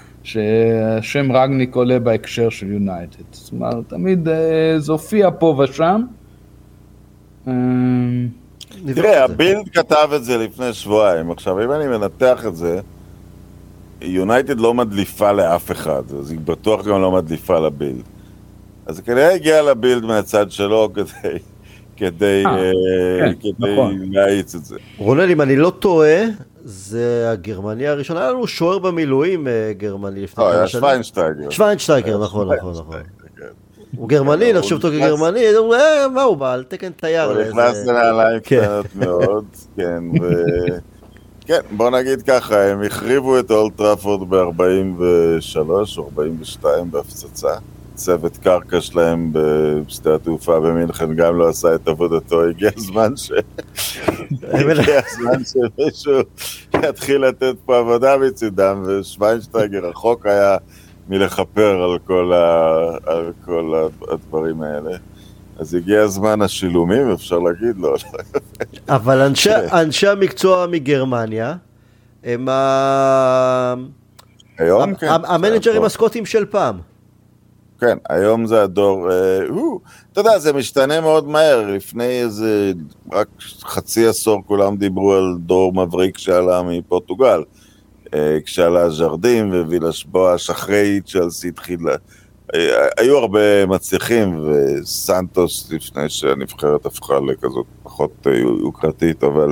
שהשם רנגניק עולה בהקשר של יונייטד. זאת אומרת, תמיד אה, זה הופיע פה ושם. אה, תראה, הבילד כתב את זה לפני שבועיים, עכשיו אם אני מנתח את זה, יונייטד לא מדליפה לאף אחד, אז היא בטוח גם לא מדליפה לבילד. אז כנראה הגיע לבילד מהצד שלו כדי, כדי, אה, כדי נכון. להאיץ את זה. רונן, אם אני לא טועה, זה הגרמני הראשון, היה לנו שוער במילואים גרמני לפני כמה שנים. היה שוויינשטייגר. שוויינשטייגר, נכון, נכון, נכון. הוא גרמני, נחשוב אותו כגרמני, מה הוא בא, על תקן תייר. הוא נכנס לנעליים קטנות מאוד, כן, ו... כן, בוא נגיד ככה, הם החריבו את אולד טראפורד ב-ארבעים ושלוש או ארבעים ושתיים בהפצצה. צוות קרקע שלהם בשדה התעופה במינכן גם לא עשה את עבודתו, הגיע הזמן ש... הגיע הזמן שמישהו יתחיל לתת פה עבודה מצדם, ושוויינשטייגר רחוק היה מלחפר על כל, ה... על כל הדברים האלה. אז הגיע הזמן השילומים, אפשר להגיד לו. אבל אנשי, אנשי המקצוע מגרמניה, הם ה... היום, כן. המנג'רים הסקוטים של פעם. כן, היום זה הדור, הוא, אתה יודע, זה משתנה מאוד מהר, לפני איזה, רק חצי עשור כולם דיברו על דור מבריק שעלה מפורטוגל, כשעלה ז'רדים ווילש בואש, אחרי צ'לסי התחיל לה... היו הרבה מצליחים, וסנטוס לפני שהנבחרת הפכה לכזאת פחות יוקרתית, אבל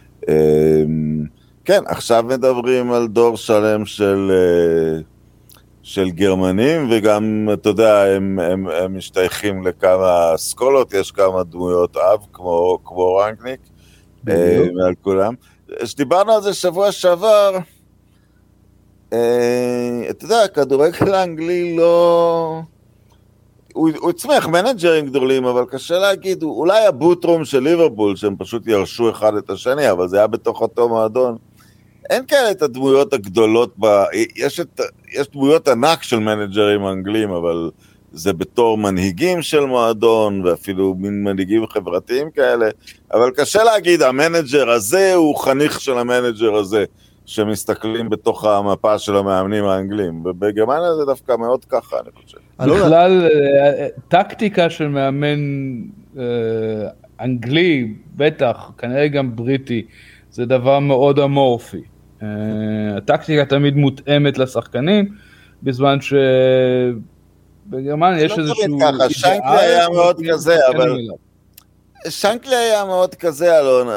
כן, עכשיו מדברים על דור שלם של, של גרמנים, וגם, אתה יודע, הם, הם, הם משתייכים לכמה סקולות, יש כמה דמויות אב, כמו, כמו רנגניק, מעל כולם. שדיברנו על זה שבוע שעבר, אתה יודע, הכדורגל האנגלי לא... הוא, הוא הצמח מנג'רים גדולים, אבל קשה להגיד, אולי הבוטרום של ליברפול, שהם פשוט ירשו אחד את השני, אבל זה היה בתוך אותו מועדון. אין כאלה את הדמויות הגדולות, ב... יש, את... יש דמויות ענק של מנג'רים אנגלים, אבל זה בתור מנהיגים של מועדון, ואפילו מין מנהיגים חברתיים כאלה, אבל קשה להגיד, המנג'ר הזה הוא חניך של המנג'ר הזה, שמסתכלים בתוך המפה של המאמנים האנגלים, ובגרמניה זה דווקא מאוד ככה, אני חושב. בכלל, טקטיקה של מאמן אנגלי, בטח, כנראה גם בריטי, זה דבר מאוד אמורפי. הטקטיקה תמיד מותאמת לשחקנים, בזמן שבגרמניה יש איזשהו... שנקלי היה מאוד כזה, אבל... שנקלי היה מאוד כזה, אלון,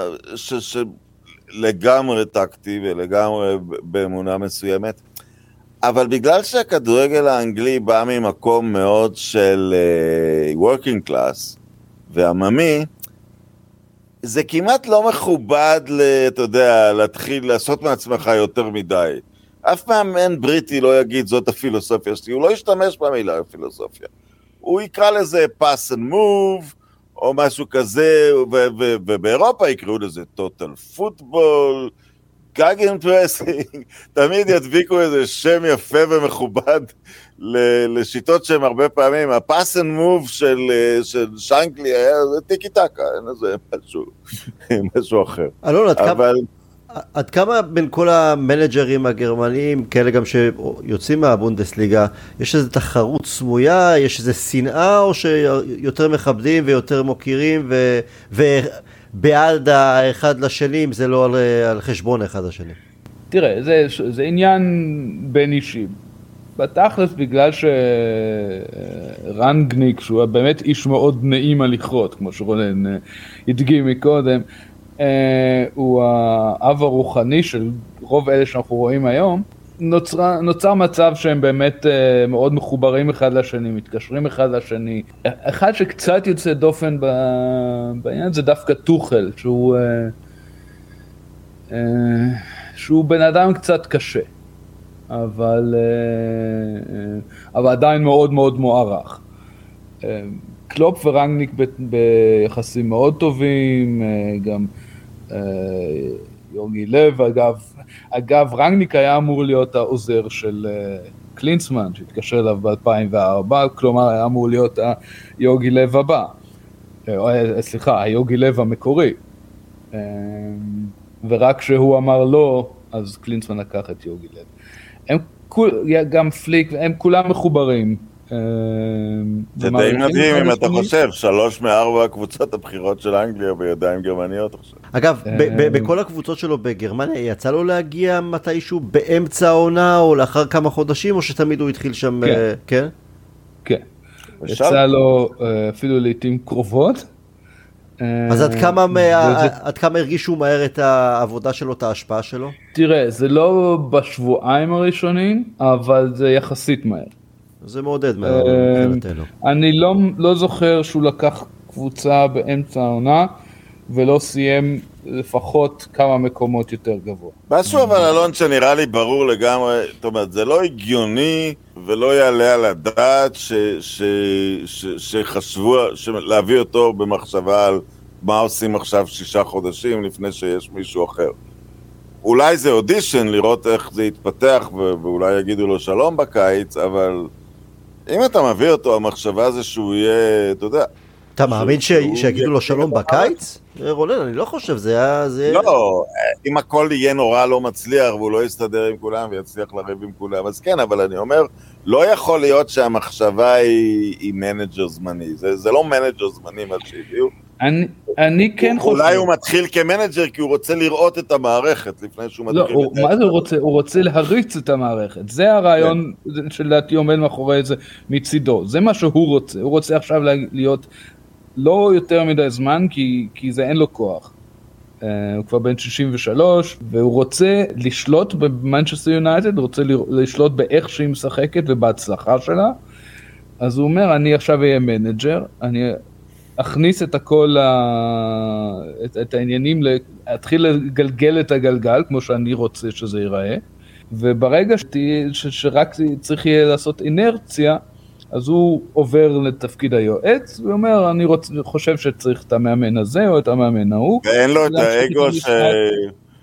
שלגמרי טקטי ולגמרי באמונה מסוימת, אבל בגלל שהכדורגל האנגלי בא ממקום מאוד של working class ועממי, זה כמעט לא מכובד, אתה יודע, להתחיל לעשות מעצמך יותר מדי. אף מאמן בריטי לא יגיד זאת הפילוסופיה שלי, הוא לא ישתמש במילה פילוסופיה. הוא יקרא לזה pass and move, או משהו כזה, ובאירופה יקראו לזה total football, גאגן פרסינג, תמיד ידביקו איזה שם יפה ומכובד לשיטות שהם הרבה פעמים, ה-pass and move של, של שנקלי היה טיקי טקה, אין לזה משהו, משהו אחר. אלון, עד, אבל... כמה, עד כמה בין כל המנג'רים הגרמניים, כאלה גם שיוצאים מהבונדסליגה, יש איזו תחרות סמויה, יש איזו שנאה, או שיותר מכבדים ויותר מוקירים, ו... ו... בעד האחד לשני, אם זה לא על, על חשבון האחד לשני. תראה, זה, זה עניין בין אישי. בתכלס, בגלל שרנגניק, שהוא באמת איש מאוד נעים הליכות, כמו שרונן הדגים מקודם, הוא האב הרוחני של רוב אלה שאנחנו רואים היום, נוצר, נוצר מצב שהם באמת מאוד מחוברים אחד לשני, מתקשרים אחד לשני. אחד שקצת יוצא דופן בעניין זה דווקא טוחל, שהוא, שהוא בן אדם קצת קשה, אבל, אבל עדיין מאוד מאוד מוערך. קלופ ורנגניק ביחסים מאוד טובים, גם יוגי לב, אגב, אגב, רנגניק היה אמור להיות העוזר של uh, קלינסמן, שהתקשר אליו ב-אלפיים וארבע, כלומר היה אמור להיות היוגי לב הבא, uh, סליחה, היוגי לב המקורי, uh, ורק כשהוא אמר לא, אז קלינסמן לקח את יוגי לב. הם כול, גם פליק, הם כולם מחוברים. זה די מדהים אם אתה חושב, שלוש מארבע הקבוצות הבחירות של אנגליה בידיים גרמניות עכשיו. אגב, בכל הקבוצות שלו בגרמניה, יצא לו להגיע מתישהו באמצע העונה או לאחר כמה חודשים, או שתמיד הוא התחיל שם, כן? כן. יצא לו אפילו לעתים קרובות. אז עד כמה הרגישו מהר את העבודה שלו, את ההשפעה שלו? תראה, זה לא בשבועיים הראשונים, אבל זה יחסית מהר. זה מעודד מבחינתנו. אני לא, לא זוכר שהוא לקח קבוצה באמצע העונה, ולא סיים לפחות כמה מקומות יותר גבוה. משהו אבל אלון שנראה לי ברור לגמרי, זאת אומרת, זה לא הגיוני ולא יעלה על הדעת ש, ש, ש, שחשבו, להביא אותו במחשבה על מה עושים עכשיו שישה חודשים לפני שיש מישהו אחר. אולי זה אודישן לראות איך זה יתפתח ואולי יגידו לו שלום בקיץ, אבל אם אתה מביא אותו, המחשבה זה שהוא יהיה, אתה יודע... אתה מאמין שיגידו לו שלום בקיץ? רונן, אני לא חושב, זה היה... לא, אם הכל יהיה נורא לא מצליח, והוא לא יסתדר עם כולם ויצליח לריב עם כולם, אז כן, אבל אני אומר, לא יכול להיות שהמחשבה היא מנג'ר זמני, זה לא מנג'ר זמני מה שהביאו. אני כן חושב... אולי הוא מתחיל כמנג'ר כי הוא רוצה לראות את המערכת לפני שהוא מתחיל... לא, מה זה הוא רוצה? הוא רוצה להריץ את המערכת. זה הרעיון שלדעתי עומד מאחורי זה מצידו. זה מה שהוא רוצה. הוא רוצה עכשיו להיות לא יותר מדי זמן כי, כי זה אין לו כוח. הוא כבר בן שישים ושלוש והוא רוצה לשלוט במנצ'סטר יונייטד, הוא רוצה לשלוט באיך שהיא משחקת ובהצלחה שלה. אז הוא אומר, אני עכשיו אהיה מנג'ר, אני... אכניס את הכל, את, את העניינים, להתחיל לגלגל את הגלגל, כמו שאני רוצה שזה ייראה, וברגע שתי, ש, שרק צריך יהיה לעשות אינרציה, אז הוא עובר לתפקיד היועץ, ואומר, אני רוצ, חושב שצריך את המאמן הזה, או את המאמן ההוא. ואין לו את האגו ש...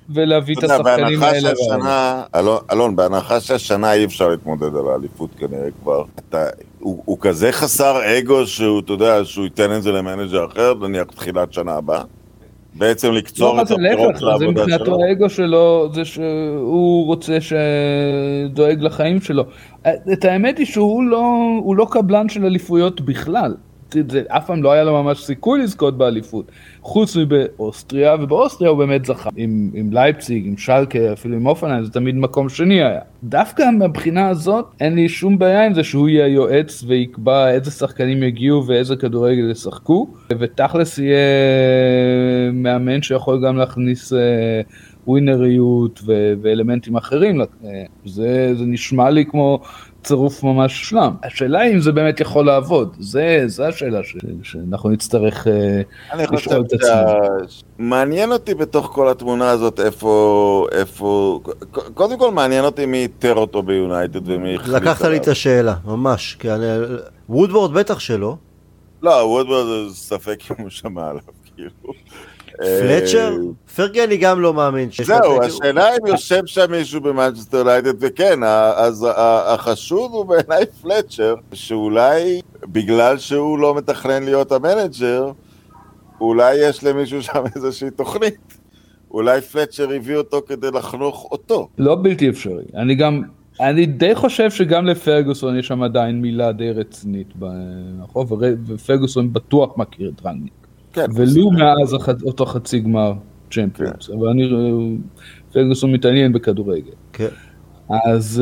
ולהביא את השחקנים האלה. אלון, אלון, בהנחה שהשנה אי אפשר להתמודד על האליפות כנראה כבר. אתה, הוא, הוא כזה חסר אגו שהוא, אתה יודע, שהוא ייתן את זה למנג'ר אחר, נניח תחילת שנה הבאה. בעצם לקצור את הפירות לעבודה שלו. זה מבחינתו האגו שלו, זה שהוא רוצה שדואג לחיים שלו. את האמת היא שהוא לא, הוא לא קבלן של אליפויות בכלל. זה, אף פעם לא היה לו ממש סיכוי לזכות באליפות, חוץ מבאוסטריה, ובאוסטריה הוא באמת זכה, עם, עם לייפציג, עם שלקה, אפילו עם אופנהיים, זה תמיד מקום שני היה. דווקא מבחינה הזאת, אין לי שום בעיה עם זה שהוא יהיה יועץ ויקבע איזה שחקנים יגיעו ואיזה כדורגל ישחקו, ותכלס יהיה מאמן שיכול גם להכניס ווינריות ו- ואלמנטים אחרים. זה, זה נשמע לי כמו צירוף ממש שלם. השאלה היא אם זה באמת יכול לעבוד. זה, זה השאלה ש- שאנחנו נצטרך לשאול את עצמנו. מעניין אותי בתוך כל התמונה הזאת איפה, איפה, קודם כל מעניין אותי מי איתר אותו ביונייטד ומי החליט עליו. לקחת לי את השאלה, ממש. כי אני... וודוורד בטח שלו. לא, וודוורד זה ספק אם הוא שמע עליו, כאילו. פלצ'ר? פרגי אני גם לא מאמין. זהו, השאלה אם יושב שם מישהו במנצ'סטר יונייטד, וכן, אז החשוד הוא בעיניי פלצ'ר, שאולי בגלל שהוא לא מתכנן להיות המנג'ר, אולי יש למישהו שם איזושהי תוכנית. אולי פלצ'ר הביא אותו כדי לחנוך אותו. לא בלתי אפשרי. אני גם, אני די חושב שגם לפרגוסון יש שם עדיין מילה די רצינית, ופרגוסון בטוח מכיר את רנגניק. ולו מאז אותו חצי גמר צ'מפיונס, אבל אני, פרגוסון מתעניין בכדורגל. אז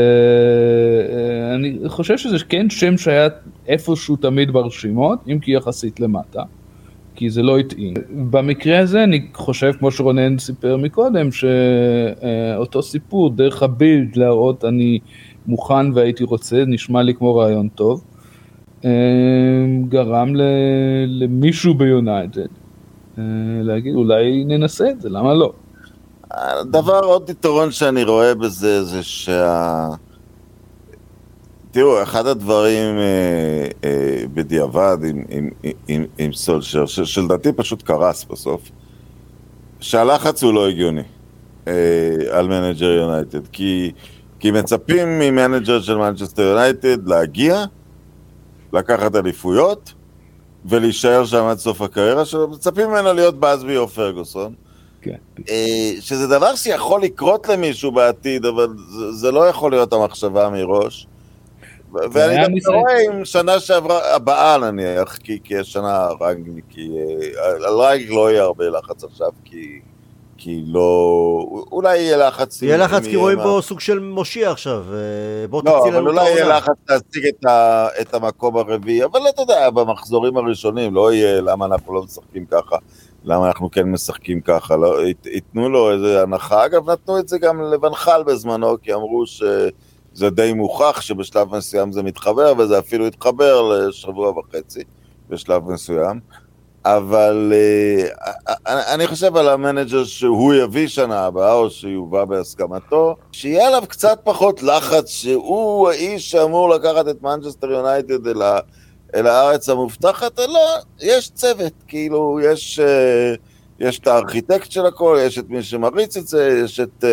אני חושב שזה כן שם שהיה איפשהו תמיד ברשימות, אם כי יחסית למטה, כי זה לא התאים. במקרה הזה אני חושב, כמו שרונן סיפר מקודם, שאותו סיפור, דרך הבילד להראות אני מוכן והייתי רוצה, נשמע לי כמו רעיון טוב, גרם למישהו ביונייטד להגיד אולי ננסה את זה, למה לא? הדבר עוד יתרון שאני רואה בזה זה שה... תראו, אחד הדברים אה, אה, בדיעבד עם, עם, עם, עם סולשר, שלדעתי פשוט קרס בסוף, שהלחץ הוא לא הגיוני אה, על מנג'ר יונייטד, כי, כי מצפים ממנג'ר של מנצ'סטר יונייטד להגיע, לקחת אליפויות, ולהישאר שם עד סוף הקריירה שלו, מצפים ממנו להיות באזבי או פרגוסון, כן. שזה דבר שיכול לקרות למישהו בעתיד, אבל זה, זה לא יכול להיות המחשבה מראש, ואני גם רואה עם שנה שעברה, הבאה נניח, כי, כי יש שנה רנגניק, כי על רנגניק לא יהיה הרבה לחץ עכשיו, כי, כי לא, אולי יהיה לחץ. יהיה לחץ כי רואים בו סוג של מושיע עכשיו, בוא לא, תציל לנו אבל אולי יהיה לחץ להשיג את, ה, את המקום הרביעי, אבל אתה יודע, במחזורים הראשונים לא יהיה למה אנחנו לא משחקים ככה, למה אנחנו כן משחקים ככה, לא, יתנו לו איזה הנחה, אגב נתנו את זה גם לבנחל בזמנו, כי אמרו ש... זה די מוכח שבשלב מסוים זה מתחבר, וזה אפילו התחבר לשבוע וחצי בשלב מסוים, אבל אני חושב על המנג'ר שהוא יביא שנה הבאה, או שיובא בהסכמתו, שיהיה עליו קצת פחות לחץ, שהוא האיש שאמור לקחת את מנצ'סטר יונייטד אל, אל הארץ המובטחת, לא, יש צוות, כאילו, יש, יש את הארכיטקט של הכל, יש את מי שמריץ את זה, יש את...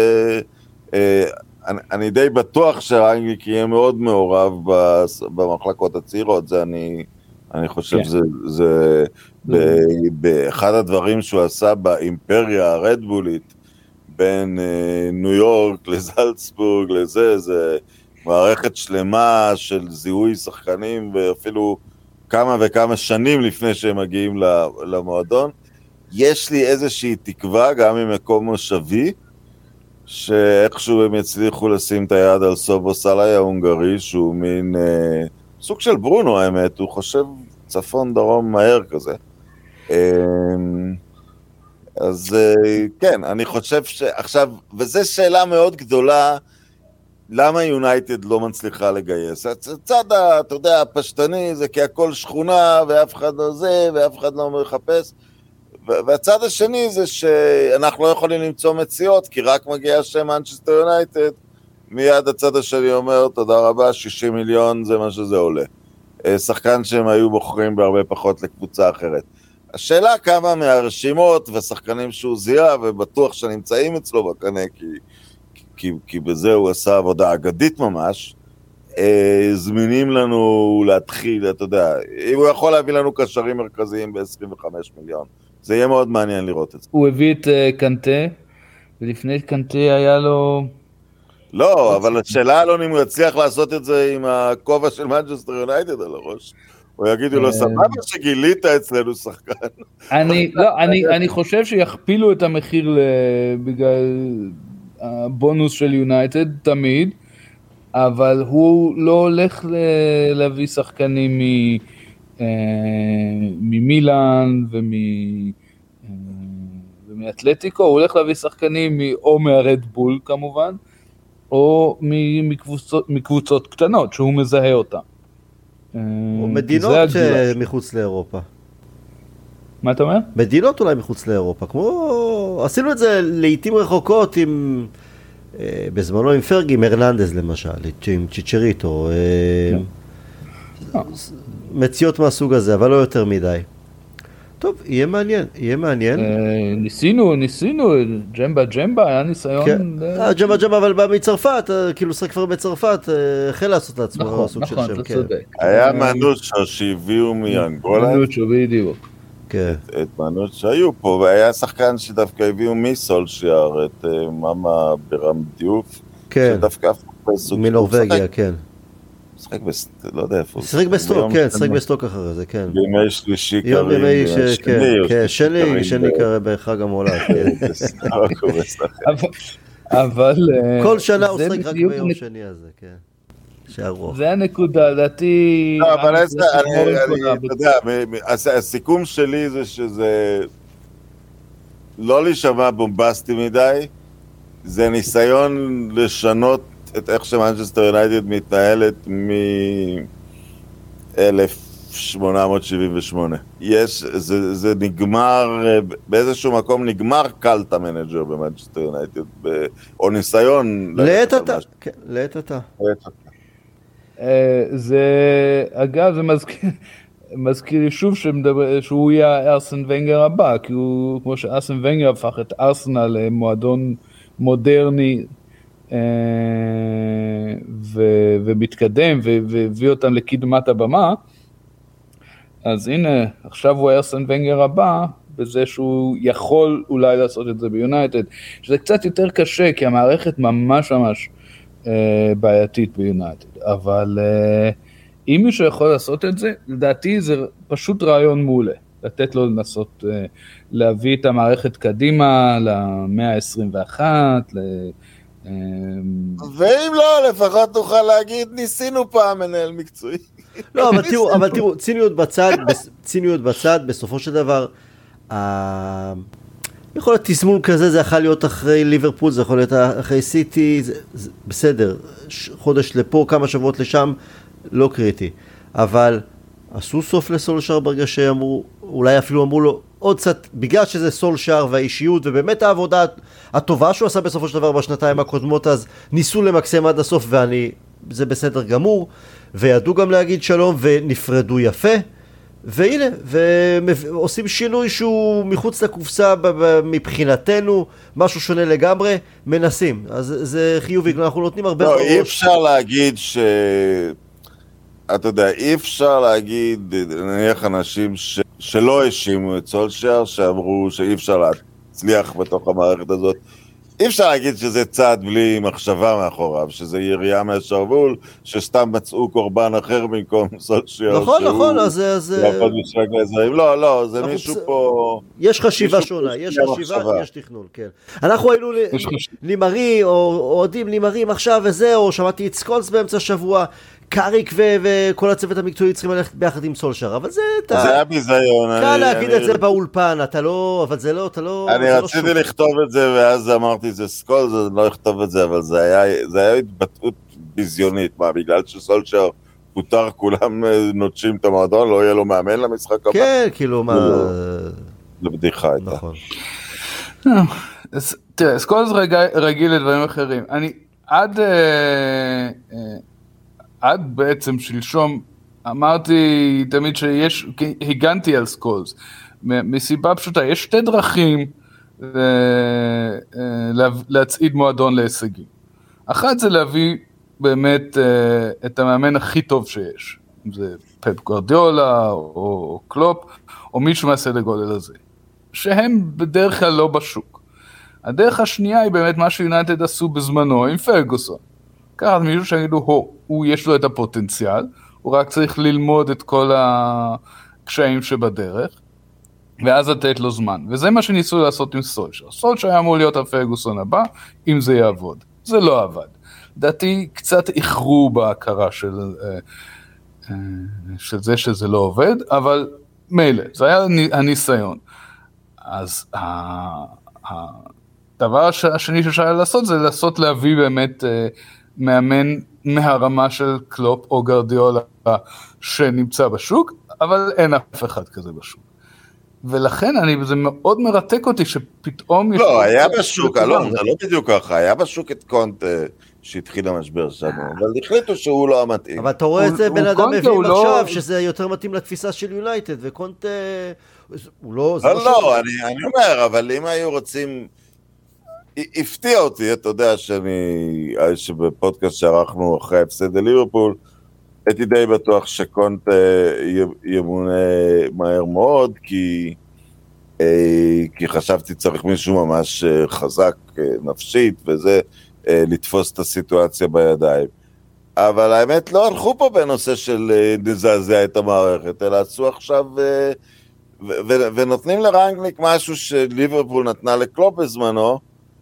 אני, אני די בטוח שהרנגניק יהיה מאוד מעורב במחלקות הצעירות, זה אני, אני חושב כן. זה, זה ב, באחד הדברים שהוא עשה באימפריה הרדבולית, בין אה, ניו יורק לזלצבורג לזה, זה מערכת שלמה של זיהוי שחקנים, ואפילו כמה וכמה שנים לפני שהם מגיעים למועדון, יש לי איזושהי תקווה, גם ממקום מושבי, שאיכשהו הם יצליחו לשים את היד על סובוסליי ההונגרי, שהוא מין אה, סוג של ברונו האמת, הוא חושב צפון דרום מהר כזה. אה, אז אה, כן, אני חושב שעכשיו, וזו שאלה מאוד גדולה, למה יונייטד לא מצליחה לגייס? הצד, אתה יודע, הפשטני זה כי הכל שכונה, ואף אחד לא זה, ואף אחד לא מחפש, והצד השני זה שאנחנו לא יכולים למצוא מציאות, כי רק מגיע השם מנצ'סטר יונייטד, מיד הצד השני אומר, תודה רבה, שישים מיליון זה מה שזה עולה. שחקן שהם היו בוחרים בהרבה פחות לקבוצה אחרת. השאלה כמה מהרשימות והשחקנים שהוא זיהה, ובטוח שנמצאים אצלו בקנה, כי, כי, כי בזה הוא עשה עבודה אגדית ממש, אה, זמינים לנו להתחיל, אתה יודע, אם הוא יכול להביא לנו קשרים מרכזיים ב-עשרים וחמישה מיליון, זה יהיה מאוד מעניין לראות את זה. הוא הביא את uh, קנטה, ולפני קנטה היה לו... לא, אבל השאלה לא אם הוא יצליח לעשות את זה עם הכובע של מנצ'סטר יונייטד על הראש. או יגידו לו, סבבה שגילית אצלנו שחקן. אני, לא, אני, אני חושב שיכפילו את המחיר בגלל הבונוס של יונייטד תמיד, אבל הוא לא הולך להביא שחקנים ממילאן ומאתלטיקו, הוא הולך להביא שחקנים או מהרדבול כמובן, או מקבוצות, מקבוצות קטנות שהוא מזהה אותן. או מדינות מחוץ לאירופה. מה אתה אומר? מדינות אולי מחוץ לאירופה, כמו... עשינו את זה לעתים רחוקות עם... בזמנו עם פרגי, עם הרננדז למשל, עם צ'יצ'ריטו, מציאות מהסוג הזה, אבל לא יותר מדי. טוב, יהיה מעניין, יהיה מעניין. ניסינו, ניסינו, ג'מבה ג'מבה, היה ניסיון... ג'מבה ג'מבה, אבל בא מצרפת, כאילו שחק כבר בצרפת, החל לעשות לעצמו. נכון, נכון, אתה צודק. היה מנוצ'ו שהביאו מאנגולה. מנוצ'ו, בדיוק. את מנוצ'ו שהיו פה, והיה שחקן שדווקא הביאו מסולשיאר, את מאמה ברמדיוף, שדווקא מנורווגיה, כן. שחק בסטוק, לא יודע איפה. שחק בסטוק, כן, שחק בסטוק אחרי זה, כן. בימי שלישי קרים. יום בימי שני, כן, שני, שני קרה בחג המולד, כן. אבל... כל שנה הוא שחק רק ביום שני הזה, כן. שערוך. זה הנקודה, לדעתי... לא, אבל אתה יודע, הסיכום שלי זה שזה לא להישמע בומבסטי מדי, זה ניסיון לשנות את איך שמנצ'סטר יונייטד מתנהלת מ-אלף שמונה מאות שבעים ושמונה. יש, זה, זה נגמר, באיזשהו מקום נגמר קלט המנג'ר במנצ'סטר יונייטד, או ניסיון... לעת אתה, כן, לעת אתה. זה, אגב, זה מזכיר, מזכיר לי שוב שמדבר, שהוא יהיה ארסן ונגר הבא, כי הוא, כמו שארסן ונגר הפך את ארסנל למועדון מודרני, ו- ומתקדם והביא אותם לקדמת הבמה, אז הנה, עכשיו הוא ארסן ונגר הבא, בזה שהוא יכול אולי לעשות את זה ביונייטד, שזה קצת יותר קשה, כי המערכת ממש ממש אה, בעייתית ביונייטד, אבל אה, אם מישהו יכול לעשות את זה, לדעתי זה פשוט רעיון מעולה, לתת לו לנסות אה, להביא את המערכת קדימה למאה ה-עשרים ואחת, ל... ואם לא, לפחות תוכל להגיד, ניסינו פעם מנהל מקצועי. לא, אבל תראו, אבל תראו, ציניות בצד, ציניות בצד, בסופו של דבר, יכול להיות תזמון כזה, זה יכול להיות אחרי ליברפול, זה יכול להיות אחרי סיטי, זה בסדר, חודש לפה, כמה שבועות לשם, לא קריטי. אבל עשו סוף לסולשר ברגע שאמרו, אולי אפילו אמרו לו, עוד קצת, בגלל שזה סולשר והאישיות, ובאמת העבודה הטובה שהוא עשה בסופו של דבר בשנתיים הקודמות, אז ניסו למקסם עד הסוף, ואני, זה בסדר גמור, וידעו גם להגיד שלום, ונפרדו יפה, והנה, ועושים שינוי שהוא מחוץ לקופסה מבחינתנו, משהו שונה לגמרי, מנסים, אז זה חיובי, אנחנו נותנים הרבה... לא, אי אפשר להגיד ש... אתה יודע, אי אפשר להגיד, נניח אנשים ש... שלא האשימו את סולשייר, שאמרו שאי אפשר להצליח בתוך המערכת הזאת. אי אפשר להגיד שזה צעד בלי מחשבה מאחוריו, שזה ירייה מהשרוול, שסתם מצאו קורבן אחר במקום סולשייר. נכון, נכון, אז זה... יעבוד משחק לאזרעים. לא, לא, זה מישהו פה... יש חשיבה שונה, יש חשיבה, יש תכנון, כן. אנחנו היינו לימרי, או אוהדים לימרים עכשיו וזה, או שמעתי את סקולס באמצע השבוע, קאריק וכל הצוות המקצועי צריכים ללכת ביחד עם סולשר, אבל זה... זה היה ביזיון. קל להגיד את זה באולפן, אתה לא... אבל זה לא... אתה לא... אני רציתי לכתוב את זה, ואז אמרתי, זה סקולס, אני לא אכתוב את זה, אבל זה היה התבטאות ביזיונית. מה, בגלל שסולשר פוטר, כולם נוטשים את המועדון, לא יהיה לו מאמן למשחק הבא? כן, כאילו, מה... זה בדיחה הייתה. נכון. תראה, סקולס רגיל לדברים אחרים. אני עד... עד בעצם שלשום אמרתי תמיד שיש, הגנתי על סקולס, מסיבה פשוטה, יש שתי דרכים להצעיד מועדון להישגים. אחת זה להביא באמת את המאמן הכי טוב שיש, אם זה פפ גוארדיולה או קלופ, או מישהו מהסדר גודל הזה, שהם בדרך כלל לא בשוק. הדרך השנייה היא באמת מה שיונייטד עשו בזמנו עם פרגוסון. ככה מישהו שיגידו, הו, הוא יש לו את הפוטנציאל, הוא רק צריך ללמוד את כל הקשיים שבדרך, ואז לתת לו זמן. וזה מה שניסו לעשות עם סולשר. סולשר היה אמור להיות הפרגוסון הבא, אם זה יעבוד. זה לא עבד. דעתי קצת איחרו בהכרה של, של זה שזה לא עובד, אבל מילא, זה היה הניסיון. אז הדבר השני ששאלה לעשות זה לעשות להביא באמת מאמן מהרמה של קלופ או גרדיולה שנמצא בשוק, אבל אין אף אחד כזה בשוק. ולכן אני, זה מאוד מרתק אותי שפתאום... לא, היה בשוק, אלון, זה לא בדיוק ככה, היה בשוק את קונט שהתחיל המשבר שלנו, אבל החליטו שהוא לא המתאים. אבל אתה רואה את זה, בן אדם מבין עכשיו שזה יותר מתאים לתפיסה של יונייטד, וקונט הוא לא... לא, אני אומר, אבל אם היו רוצים... הפתיע אותי, אתה יודע שאני, שבפודקאסט שערכנו אחרי ההפסד לליברפול, הייתי די בטוח שקונט ימונה מהר מאוד, כי, כי חשבתי צריך מישהו ממש חזק נפשית, וזה לתפוס את הסיטואציה בידיים. אבל האמת לא הלכו פה בנושא של לזעזע את המערכת, אלא עשו עכשיו, ו- ו- ונותנים לרנגניק משהו שליברפול נתנה לקלופ בזמנו,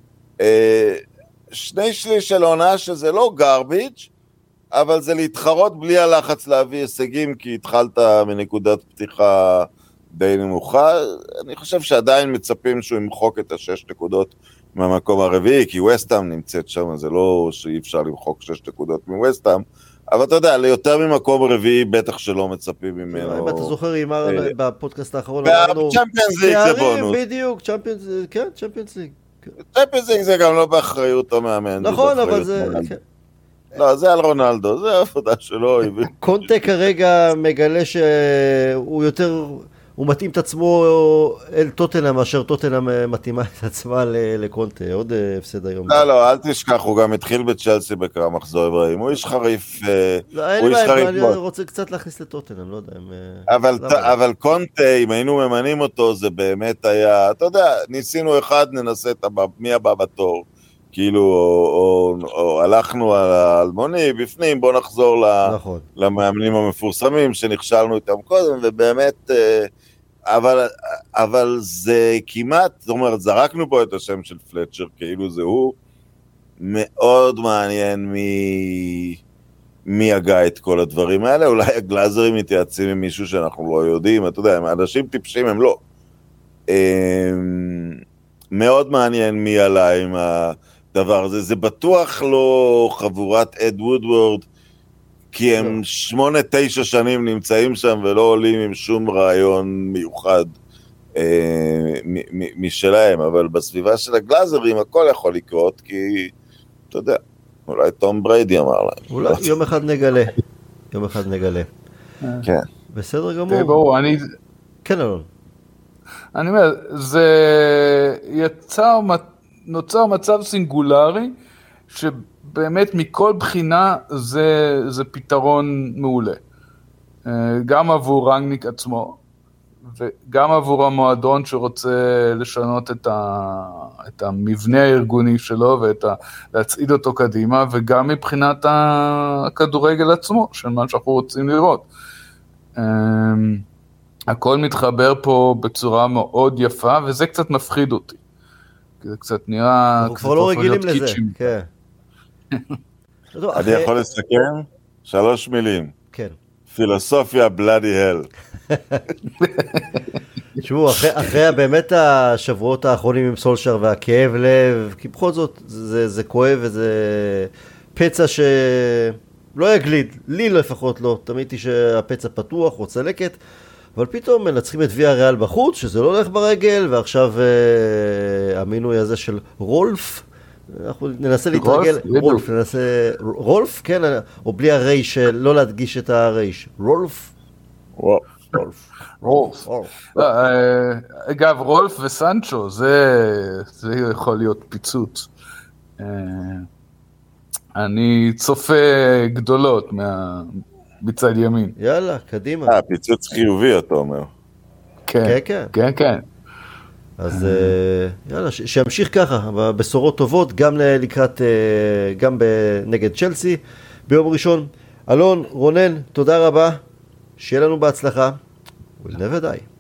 שני שליש של עונה שזה לא גרביץ', אבל זה להתחרות בלי הלחץ להביא הישגים, כי התחלת מנקודת פתיחה די נמוכה. אני חושב שעדיין מצפים שהוא ימחוק את השש נקודות מהמקום הרביעי, כי ווסטהאם נמצאת שם, זה לא שאי אפשר למחוק שש נקודות מווסטהאם, אבל אתה יודע, ליותר ממקום רביעי בטח שלא מצפים ממנו. אם אתה זוכר, אימר בפודקאסט האחרון, צ'מפיונס ליג זה בונוס. בדיוק, צ'מפיונס ליג, כן, צ'מפיונס ליג. צ'מפיונס ליג זה גם לא באחריות המאמן. נכון, אבל זה... לא, זה על רונלדו, זה העבודה שלו. קונטה כרגע מגלה שהוא יותר, הוא מתאים את עצמו אל טוטנהאם, מאשר טוטנהאם מתאימה את עצמה לקונטה. עוד הפסד היום. לא, לא, אל תשכח, הוא גם התחיל בצ'לסי בכמה מחזור אברהים. הוא איש חריף. אין בעיה, אני רוצה קצת להכניס לטוטנהאם, לא יודע. אבל קונטה, אם היינו ממנים אותו, זה באמת היה, אתה יודע, ניסינו אחד, ננסה את מי הבא בתור. כאילו, או, או, או הלכנו על האלמוני, בפנים, בוא נחזור נכון. למאמנים המפורסמים שנכשלנו איתם קודם, ובאמת, אבל, אבל זה כמעט, זאת אומרת, זרקנו פה את השם של פלצ'ר, כאילו זה הוא, מאוד מעניין מי, מי הגה את כל הדברים האלה, אולי הגלאזרים מתייעצים עם מישהו שאנחנו לא יודעים, אתה יודע, הם אנשים טיפשים, הם לא. מאוד מעניין מי עלה עם הדבר הזה, זה בטוח לא חבורת אד וודוורד, כי הם שמונה, תשע שנים נמצאים שם ולא עולים עם שום רעיון מיוחד אה, מ- מ- משלהם, אבל בסביבה של הגלאזרים הכל יכול לקרות, כי אתה יודע, אולי תום בריידי אמר להם. אולי יום אחד נגלה, יום אחד נגלה. כן. בסדר גמור. ברור, אני... כן, אלון. אני אומר, זה יצר, נוצר מצב סינגולרי, שבאמת מכל בחינה זה, זה פתרון מעולה. גם עבור רנגניק עצמו, וגם עבור המועדון שרוצה לשנות את, ה, את המבנה הארגוני שלו, ולהצעיד אותו קדימה, וגם מבחינת הכדורגל עצמו, של מה שאנחנו רוצים לראות. הכל מתחבר פה בצורה מאוד יפה, וזה קצת מפחיד אותי. זה קצת נראה... אנחנו כבר לא רגילים לזה, כן. אני יכול לסכם? שלוש מילים. כן. פילוסופיה בלאדי הל. תשמעו, אחרי באמת השבועות האחרונים עם סולשר והכאב לב, כי בכל זאת זה כואב וזה פצע שלא יגליד, לי לפחות לא, תמיד שהפצע פתוח או צלקת, אבל פתאום מנצחים את ויה ריאל בחוץ, שזה לא הולך ברגל, ועכשיו אה, המינוי הזה של רולף, אנחנו ננסה להתרגל, רולף, ננסה, רולף, כן, או בלי הרייש, לא להדגיש את הרייש, רולף, רולף. רולף. אגב, רולף וסנצ'ו, זה יכול להיות פיצוץ. אני צופה גדולות מצד ימין. יאללה, קדימה. אה, פיצוץ חיובי, אתה אומר. כן, כן, כן. אז יאללה, שימשיך ככה, בשורות טובות, גם לקראת, גם נגד צ'לסי, ביום ראשון. אלון, רונן, תודה רבה, שיהיה לנו בהצלחה. We'll never die.